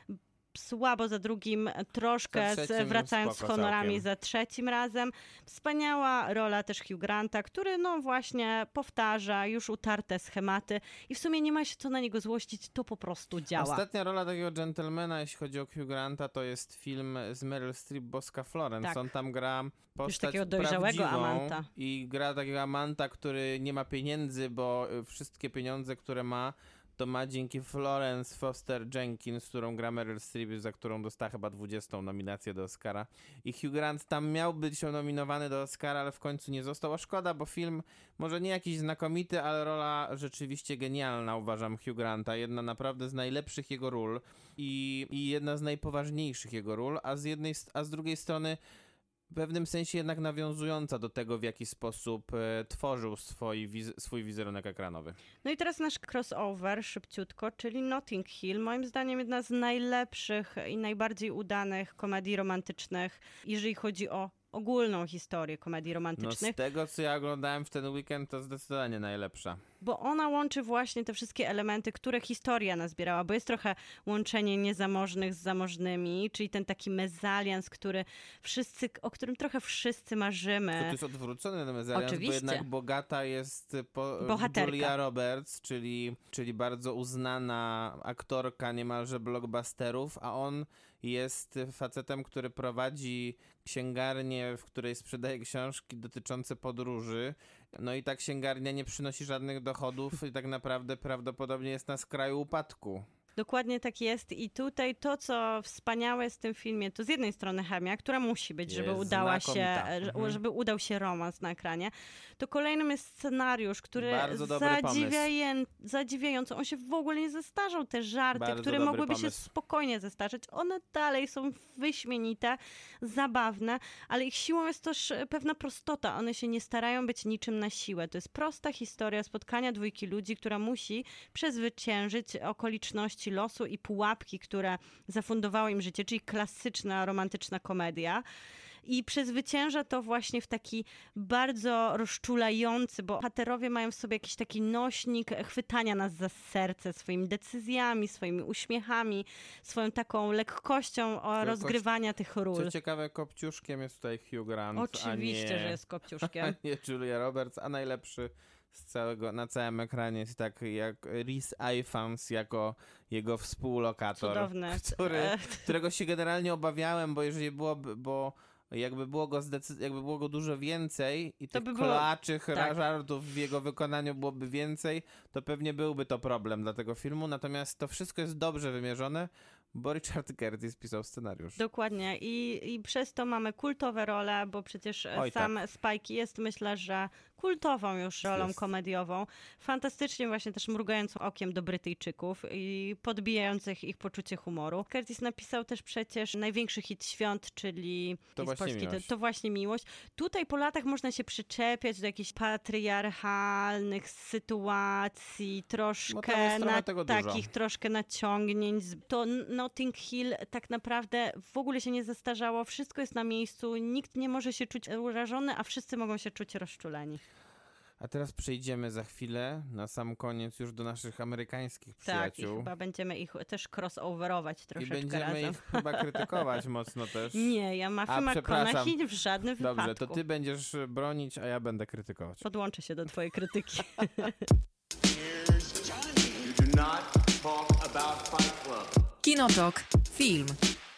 Słabo za drugim, troszkę wracając z honorami całkiem. Za trzecim razem. Wspaniała rola też Hugh Granta, który właśnie powtarza już utarte schematy i w sumie nie ma się co na niego złościć, to po prostu działa.
Ostatnia rola takiego gentlemana, jeśli chodzi o Hugh Granta, to jest film z Meryl Streep, Boska Florence. Tak. On tam gra postać
takiego dojrzałego amanta.
I gra takiego amanta, który nie ma pieniędzy, bo wszystkie pieniądze, które ma, to ma dzięki Florence Foster Jenkins, którą gra Meryl Streep, za którą dostała chyba 20. nominację do Oscara. I Hugh Grant tam miał być nominowany do Oscara, ale w końcu nie został. A szkoda, bo film może nie jakiś znakomity, ale rola rzeczywiście genialna, uważam, Hugh Granta. Jedna naprawdę z najlepszych jego ról i jedna z najpoważniejszych jego ról, a z drugiej strony w pewnym sensie jednak nawiązująca do tego, w jaki sposób tworzył swój wizerunek ekranowy.
No i teraz nasz crossover szybciutko, czyli Notting Hill. Moim zdaniem jedna z najlepszych i najbardziej udanych komedii romantycznych, jeżeli chodzi o ogólną historię komedii
No
romantycznych.
z tego, co ja oglądałem w ten weekend, to zdecydowanie najlepsza.
Bo ona łączy właśnie te wszystkie elementy, które historia nazbierała, bo jest trochę łączenie niezamożnych z zamożnymi, czyli ten taki mezalians, o którym trochę wszyscy marzymy.
To jest odwrócony mezalians, bo
Oczywiście.
jednak bogata jest
Bohaterka.
Julia Roberts, czyli bardzo uznana aktorka niemalże blockbusterów, a on jest facetem, który prowadzi księgarnię, w której sprzedaje książki dotyczące podróży. No i ta księgarnia nie przynosi żadnych dochodów i tak naprawdę prawdopodobnie jest na skraju upadku.
Dokładnie tak jest i tutaj to, co wspaniałe jest w tym filmie, to z jednej strony chemia, która musi być, żeby
Jest
udała się,
znakomita.
żeby udał się romans na ekranie, to kolejnym jest scenariusz, który
Bardzo dobry
zadziwiająco, on się w ogóle nie zestarzał, te żarty,
Bardzo
które
dobry
mogłyby się
pomysł.
spokojnie zestarzeć, one dalej są wyśmienite, zabawne, ale ich siłą jest też pewna prostota, one się nie starają być niczym na siłę, to jest prosta historia spotkania dwójki ludzi, która musi przezwyciężyć okoliczności losu i pułapki, które zafundowały im życie, czyli klasyczna, romantyczna komedia. I przezwycięża to właśnie w taki bardzo rozczulający, bo bohaterowie mają w sobie jakiś taki nośnik chwytania nas za serce swoimi decyzjami, swoimi uśmiechami, swoją taką lekkością rozgrywania tych ról.
Co ciekawe, kopciuszkiem jest tutaj Hugh Grant,
Oczywiście,
a nie,
że jest kopciuszkiem.
a nie Julia Roberts, a najlepszy na całym ekranie jest tak jak Rhys Ifans jako jego współlokator,
Cudowny.
którego się generalnie obawiałem, bo jeżeli jakby było go dużo więcej i
To
tych
by było-
kloaczych
tak.
żartów w jego wykonaniu byłoby więcej, to pewnie byłby to problem dla tego filmu, natomiast to wszystko jest dobrze wymierzone, bo Richard Curtis pisał scenariusz.
Dokładnie i przez to mamy kultowe role, bo przecież
Oj,
sam Spike jest, myślę, że kultową już rolą
Jest.
komediową. Fantastycznie właśnie też mrugającą okiem do Brytyjczyków i podbijających ich poczucie humoru. Curtis napisał też przecież największy hit świąt, czyli
To
jest
właśnie miłość.
To właśnie miłość. Tutaj po latach można się przyczepiać do jakichś patriarchalnych sytuacji,
Bo tam jest
troszkę
trochę tego dużo.
takich troszkę naciągnięć. To Notting Hill tak naprawdę w ogóle się nie zestarzało, wszystko jest na miejscu, nikt nie może się czuć urażony, a wszyscy mogą się czuć rozczuleni.
A teraz przejdziemy za chwilę, na sam koniec już do naszych amerykańskich
Tak, i
przyjaciół.
chyba będziemy ich też crossoverować
I
troszeczkę
będziemy
razem.
ich chyba krytykować mocno też.
Nie, ja Matthew
przepraszam.
McConaughey w żadnym
Dobrze,
wypadku.
to ty będziesz bronić, a ja będę krytykować.
Podłączę się do twojej krytyki.
You do not talk about Fight Club.
Kinotok. Film.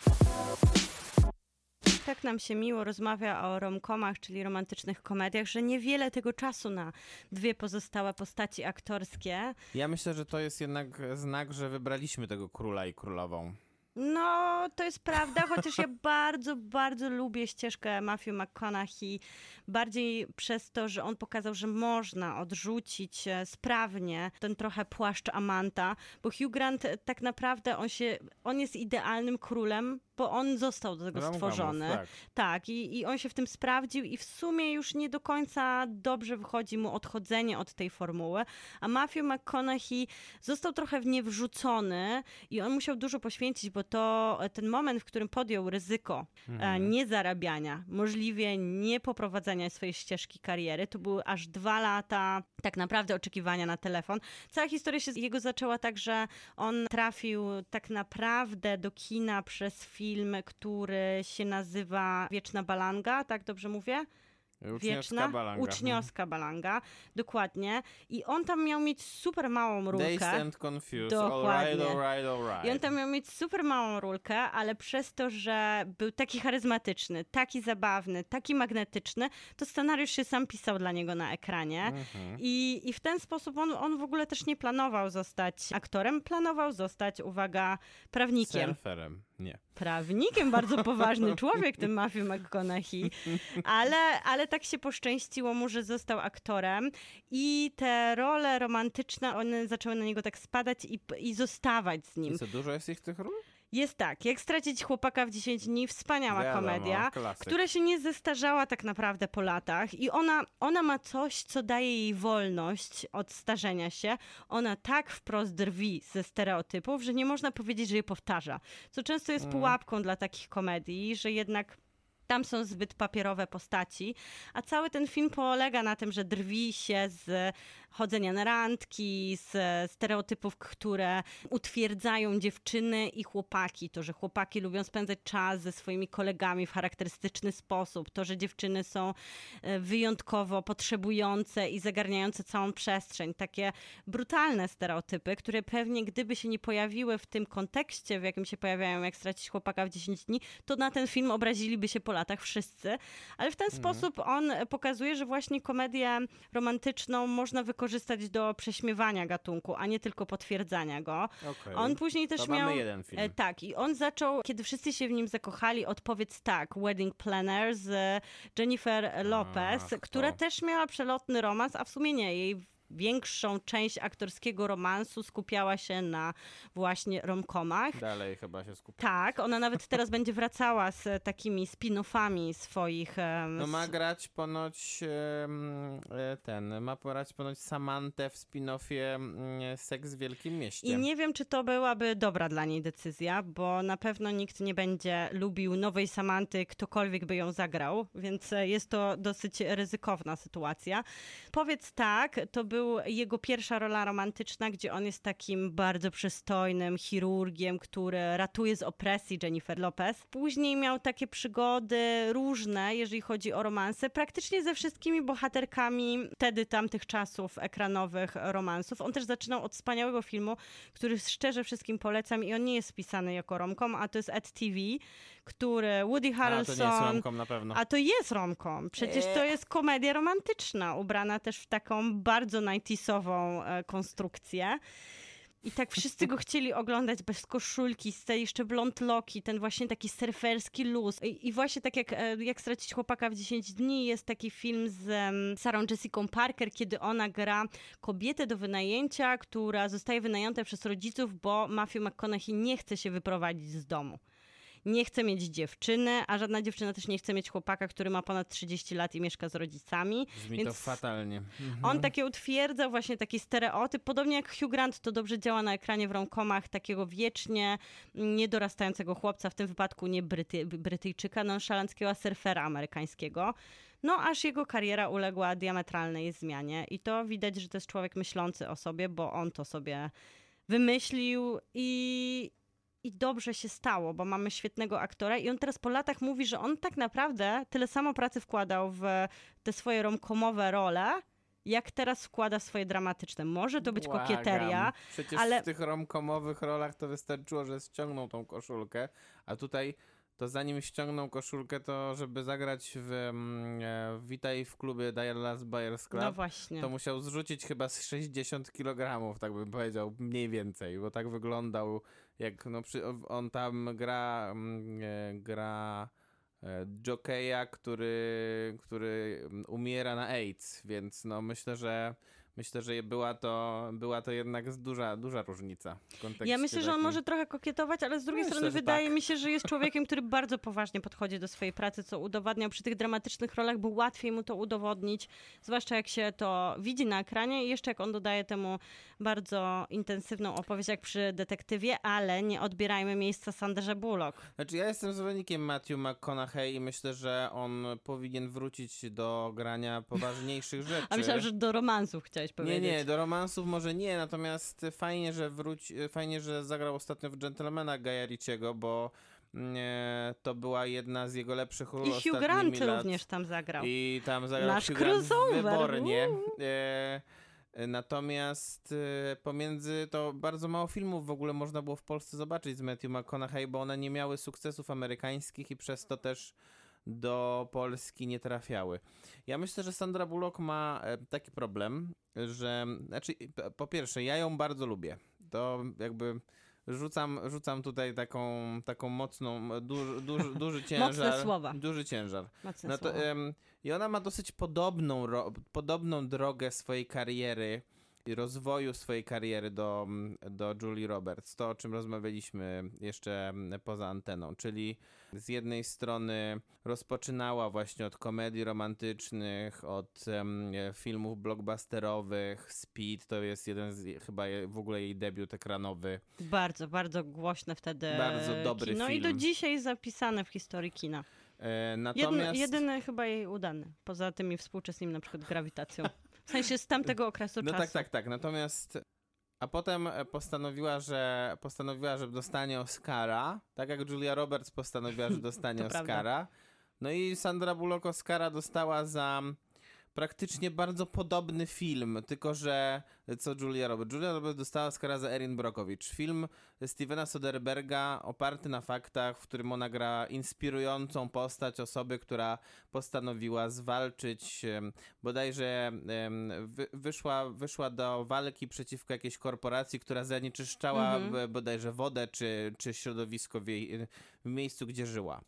Tak nam się miło rozmawia o romkomach, czyli romantycznych komediach, że niewiele tego czasu na dwie pozostałe postaci aktorskie.
Ja myślę, że to jest jednak znak, że wybraliśmy tego króla i królową.
No, to jest prawda, chociaż ja bardzo, bardzo lubię ścieżkę Matthew McConaughey. Bardziej przez to, że on pokazał, że można odrzucić sprawnie ten trochę płaszcz amanta, bo Hugh Grant tak naprawdę on jest idealnym królem, bo on został do tego
Romkomów,
stworzony.
tak.
Tak, i on się w tym sprawdził i w sumie już nie do końca dobrze wychodzi mu odchodzenie od tej formuły, a Matthew McConaughey został trochę w nie wrzucony i on musiał dużo poświęcić, bo to ten moment, w którym podjął ryzyko niezarabiania, możliwie nie poprowadzenia swojej ścieżki kariery, to były aż 2 lata tak naprawdę oczekiwania na telefon. Cała historia się jego zaczęła tak, że on trafił tak naprawdę do kina przez film, który się nazywa Wieczna Balanga, tak dobrze mówię?
Uczniowska balanga.
Uczniowska balanga, dokładnie. I on tam miał mieć super małą rulkę.
Dazed and confused.
Dokładnie.
Alright.
I on tam miał mieć super małą rulkę, ale przez to, że był taki charyzmatyczny, taki zabawny, taki magnetyczny, to scenariusz się sam pisał dla niego na ekranie. I w ten sposób on w ogóle też nie planował zostać aktorem, planował zostać, uwaga, prawnikiem.
Surferem. Nie.
Prawnikiem, bardzo poważny człowiek, ten Matthew McConaughey, ale tak się poszczęściło mu, że został aktorem i te role romantyczne, one zaczęły na niego tak spadać i zostawać z nim.
I co, dużo jest ich tych ról?
Jest tak, Jak stracić chłopaka w 10 dni, wspaniała
Wiadomo,
komedia,
klasyk.
która się nie zestarzała tak naprawdę po latach i ona ma coś, co daje jej wolność od starzenia się. Ona tak wprost drwi ze stereotypów, że nie można powiedzieć, że je powtarza. Co często jest pułapką dla takich komedii, że jednak Tam są zbyt papierowe postaci, a cały ten film polega na tym, że drwi się z chodzenia na randki, z stereotypów, które utwierdzają dziewczyny i chłopaki. To, że chłopaki lubią spędzać czas ze swoimi kolegami w charakterystyczny sposób. To, że dziewczyny są wyjątkowo potrzebujące i zagarniające całą przestrzeń. Takie brutalne stereotypy, które pewnie gdyby się nie pojawiły w tym kontekście, w jakim się pojawiają, jak stracić chłopaka w 10 dni, to na ten film obraziliby się po latach wszyscy. Ale w ten sposób on pokazuje, że właśnie komedię romantyczną można wykorzystać do prześmiewania gatunku, a nie tylko potwierdzania go.
Okej.
On później też
To
miał...
mamy jeden film.
Tak, i on zaczął, kiedy wszyscy się w nim zakochali, od Powiedz tak, Wedding Planner z Jennifer Lopez, która też miała przelotny romans, a w sumie nie. Jej większą część aktorskiego romansu skupiała się na właśnie romkomach.
Dalej chyba się skupię.
Tak, ona nawet teraz będzie wracała z takimi spin-offami swoich...
No ma grać ponoć ma grać ponoć Samantę w spin-offie Seks w Wielkim Mieście.
I nie wiem, czy to byłaby dobra dla niej decyzja, bo na pewno nikt nie będzie lubił nowej Samanty, ktokolwiek by ją zagrał, więc jest to dosyć ryzykowna sytuacja. Powiedz tak, to był jego pierwsza rola romantyczna, gdzie on jest takim bardzo przystojnym chirurgiem, który ratuje z opresji Jennifer Lopez. Później miał takie przygody różne, jeżeli chodzi o romanse, praktycznie ze wszystkimi bohaterkami wtedy tamtych czasów ekranowych romansów. On też zaczynał od wspaniałego filmu, który szczerze wszystkim polecam i on nie jest spisany jako romkom, a to jest Ed TV, który Woody Harrelson...
A to nie jest romkom na pewno.
A to jest romkom. Przecież to jest komedia romantyczna, ubrana też w taką bardzo 90'sową konstrukcję. I tak wszyscy go chcieli oglądać bez koszulki, z tej jeszcze blond loki, ten właśnie taki surferski luz. I właśnie tak jak stracić chłopaka w 10 dni, jest taki film z Sarą Jessicą Parker, kiedy ona gra kobietę do wynajęcia, która zostaje wynajęta przez rodziców, bo Matthew McConaughey nie chce się wyprowadzić z domu. Nie chce mieć dziewczyny, a żadna dziewczyna też nie chce mieć chłopaka, który ma ponad 30 lat i mieszka z rodzicami.
Brzmi to fatalnie.
On takie utwierdza właśnie taki stereotyp, podobnie jak Hugh Grant to dobrze działa na ekranie w romkomach, takiego wiecznie niedorastającego chłopca, w tym wypadku nie Brytyjczyka, nonszalanckiego surfera amerykańskiego. No aż jego kariera uległa diametralnej zmianie i to widać, że to jest człowiek myślący o sobie, bo on to sobie wymyślił i dobrze się stało, bo mamy świetnego aktora i on teraz po latach mówi, że on tak naprawdę tyle samo pracy wkładał w te swoje romkomowe role, jak teraz wkłada w swoje dramatyczne. Może to być kokieteria,
Przecież
ale...
w tych romkomowych rolach to wystarczyło, że ściągnął tą koszulkę, a tutaj to zanim ściągnął koszulkę, to żeby zagrać w Witaj w klubie Dallas Buyers Club,
No właśnie.
to musiał zrzucić chyba z 60 kg, tak bym powiedział, mniej więcej, bo tak wyglądał, jak on tam gra jokeja, który umiera na AIDS, więc no myślę, że była to jednak duża różnica w kontekście.
Ja myślę, że on
takim.
może trochę kokietować, ale z drugiej
Myślę,
strony
że
wydaje
tak.
mi się, że jest człowiekiem, który bardzo poważnie podchodzi do swojej pracy, co udowadniał przy tych dramatycznych rolach, bo łatwiej mu to udowodnić, zwłaszcza jak się to widzi na ekranie i jeszcze jak on dodaje temu bardzo intensywną opowieść, jak przy detektywie, ale nie odbierajmy miejsca Sandrze Bullock.
Znaczy ja jestem zwolennikiem Matthew McConaughey i myślę, że on powinien wrócić do grania poważniejszych rzeczy.
A myślałam, że do romansów chciałeś powiedzieć.
Nie, do romansów może nie, natomiast fajnie, że zagrał ostatnio w Gentlemana Guya Ritchiego, bo to była jedna z jego lepszych ról
I Hugh
ostatnimi
Grant
lat.
również tam zagrał.
I tam zagrał
Nasz
Hugh Grant
crossover.
wybornie. Natomiast pomiędzy to bardzo mało filmów w ogóle można było w Polsce zobaczyć z Matthew McConaughey, bo one nie miały sukcesów amerykańskich i przez to też do Polski nie trafiały. Ja myślę, że Sandra Bullock ma taki problem, że po pierwsze, ja ją bardzo lubię. To jakby rzucam tutaj taką mocną, duży ciężar.
Mocne słowa.
Duży ciężar.
Mocne słowa.
I ona ma dosyć podobną drogę swojej kariery i rozwoju swojej kariery do Julie Roberts. To, o czym rozmawialiśmy jeszcze poza anteną. Czyli z jednej strony rozpoczynała właśnie od komedii romantycznych, od filmów blockbusterowych. Speed to jest chyba w ogóle jej debiut ekranowy.
Bardzo, bardzo głośne wtedy
Bardzo dobry
kino
film.
i do dzisiaj zapisane w historii kina.
Natomiast...
Jedyny chyba jej udany, poza tymi współczesnymi na przykład Grawitacją. W sensie z tamtego okresu
No
czasu.
tak. Natomiast... A potem postanowiła, że dostanie Oscara, tak jak Julia Roberts postanowiła, że dostanie
To
Oscara.
prawda.
No i Sandra Bullock Oscara dostała za praktycznie bardzo podobny film, tylko że co Julia Roberts. Julia Roberts dostała Oscara za Erin Brockovich. Film Stevena Soderberga oparty na faktach, w którym ona gra inspirującą postać osoby, która postanowiła zwalczyć, bodajże wyszła do walki przeciwko jakiejś korporacji, która zanieczyszczała bodajże wodę czy środowisko w miejscu, gdzie żyła.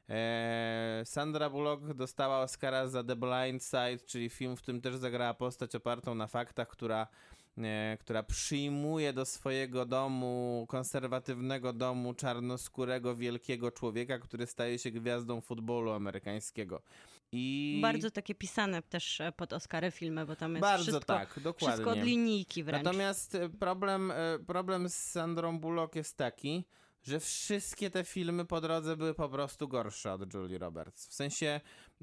Sandra Bullock dostała Oscara za The Blind Side, czyli film, w którym też zagrała postać opartą na faktach, która przyjmuje do swojego domu, konserwatywnego domu, czarnoskórego, wielkiego człowieka, który staje się gwiazdą futbolu amerykańskiego. I
Bardzo takie pisane też pod Oscary filmy, bo tam jest
bardzo
wszystko,
tak, dokładnie.
wszystko od linijki wręcz.
Natomiast problem z Sandrą Bullock jest taki, że wszystkie te filmy po drodze były po prostu gorsze od Julie Roberts. W sensie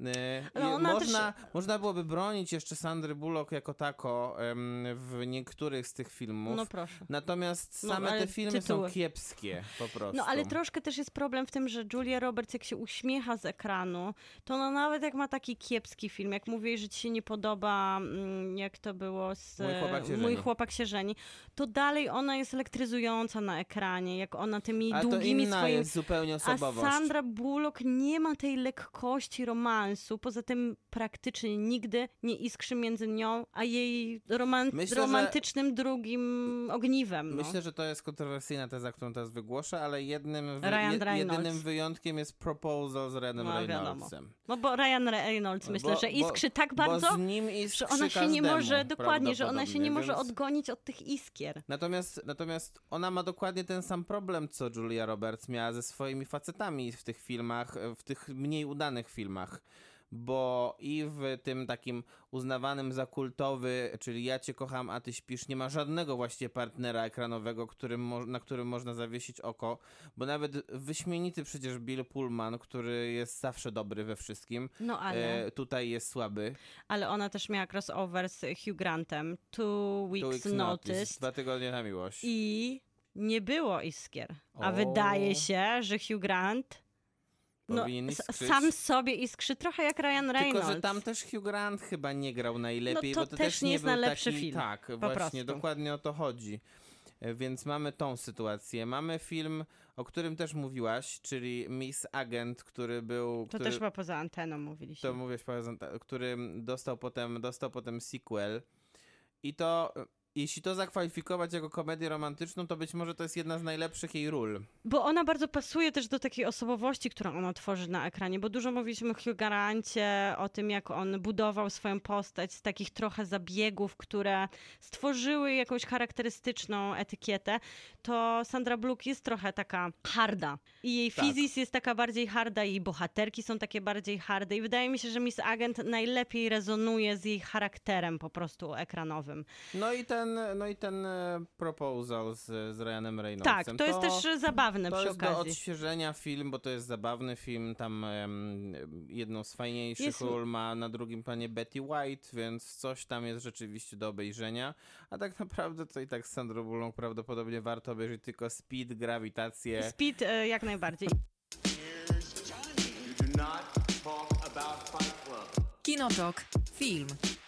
można byłoby bronić jeszcze Sandry Bullock jako tako w niektórych z tych filmów.
No proszę.
Natomiast same
ale
te filmy
tytuły.
są kiepskie po prostu.
No ale troszkę też jest problem w tym, że Julia Roberts jak się uśmiecha z ekranu, to ona nawet jak ma taki kiepski film, jak mówisz, że ci się nie podoba, jak to było z Mój chłopak się żeni, to dalej ona jest elektryzująca na ekranie, jak ona tymi długimi
to inna
swoimi...
jest zupełnie osobowość.
A Sandra Bullock nie ma tej lekkości romansu, poza tym praktycznie nigdy nie iskrzy między nią a jej romantycznym drugim ogniwem. No.
Myślę, że to jest kontrowersyjna teza, którą teraz wygłoszę, ale jedynym wyjątkiem jest Proposal z Ryanem Reynoldsem.
No bo Ryan Reynolds myślę, że iskrzy tak bardzo,
bo z nim
że ona się nie może, dokładnie, że ona się nie może
więc...
odgonić od tych iskier.
Natomiast ona ma dokładnie ten sam problem, co Julia Roberts miała ze swoimi facetami w tych filmach, w tych mniej udanych filmach. Bo i w tym takim uznawanym za kultowy, czyli Ja cię kocham, a ty śpisz, nie ma żadnego właściwie partnera ekranowego, na którym można zawiesić oko, bo nawet wyśmienity przecież Bill Pullman, który jest zawsze dobry we wszystkim,
no ale...
tutaj jest słaby.
Ale ona też miała crossover z Hugh Grantem, Two Weeks Notice.
2 tygodnie na miłość.
I nie było iskier. A wydaje się, że Hugh Grant sam sobie iskrzy trochę jak Ryan Reynolds.
Tylko, że tam też Hugh Grant chyba nie grał najlepiej,
no to
bo to też nie
jest
był
najlepszy
taki,
film.
Tak, właśnie, dokładnie o to chodzi. Więc mamy tą sytuację. Mamy film, o którym też mówiłaś, czyli Miss Agent, który był...
To też chyba poza anteną mówiliśmy.
To mówiłaś który dostał potem sequel. I to... Jeśli to zakwalifikować jako komedię romantyczną, to być może to jest jedna z najlepszych jej ról.
Bo ona bardzo pasuje też do takiej osobowości, którą ona tworzy na ekranie, bo dużo mówiliśmy o Hugh Grancie, o tym, jak on budował swoją postać z takich trochę zabiegów, które stworzyły jakąś charakterystyczną etykietę, to Sandra Bullock jest trochę taka harda. I jej fizis jest taka bardziej harda, jej bohaterki są takie bardziej harde i wydaje mi się, że Miss Agent najlepiej rezonuje z jej charakterem po prostu ekranowym.
No i ten Proposal z Ryanem Reynoldsem.
Tak, to jest też zabawne przy okazji.
To jest do odświeżenia film, bo to jest zabawny film. Tam jedną z fajniejszych ról ma na drugim planie Betty White, więc coś tam jest rzeczywiście do obejrzenia. A tak naprawdę to i tak z Sandrą Bullock prawdopodobnie warto obejrzeć tylko Speed, Grawitację.
Speed jak najbardziej.
Kinotok. Film.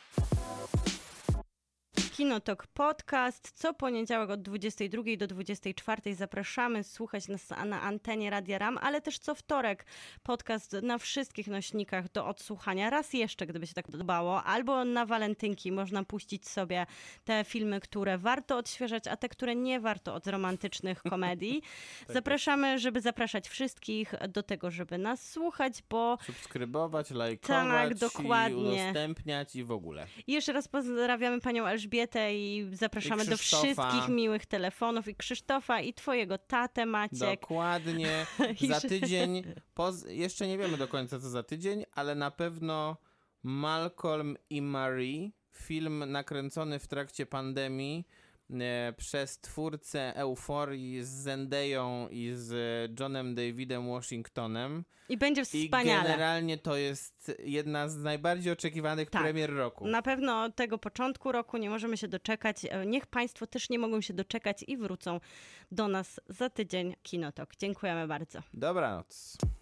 Kinotok Podcast. Co poniedziałek od 22 do 24 zapraszamy słuchać nas na antenie Radia RAM, ale też co wtorek podcast na wszystkich nośnikach do odsłuchania. Raz jeszcze, gdyby się tak podobało, albo na walentynki można puścić sobie te filmy, które warto odświeżać, a te, które nie warto od romantycznych komedii. Zapraszamy, żeby zapraszać wszystkich do tego, żeby nas słuchać, bo...
Subskrybować, lajkować,
dokładnie.
I udostępniać i w ogóle.
I jeszcze raz pozdrawiamy panią Elżbietę i zapraszamy do wszystkich miłych telefonów i Krzysztofa i twojego tatę Maciek.
Dokładnie. Za tydzień, jeszcze nie wiemy do końca co za tydzień, ale na pewno Malcolm i Marie, film nakręcony w trakcie pandemii, przez twórcę Euforii z Zendeją i z Johnem Davidem Washingtonem.
I będzie
I
wspaniale.
generalnie to jest jedna z najbardziej oczekiwanych
Tak.
premier roku.
Na pewno tego początku roku nie możemy się doczekać. Niech Państwo też nie mogą się doczekać i wrócą do nas za tydzień. Kinotok. Dziękujemy bardzo.
Dobranoc.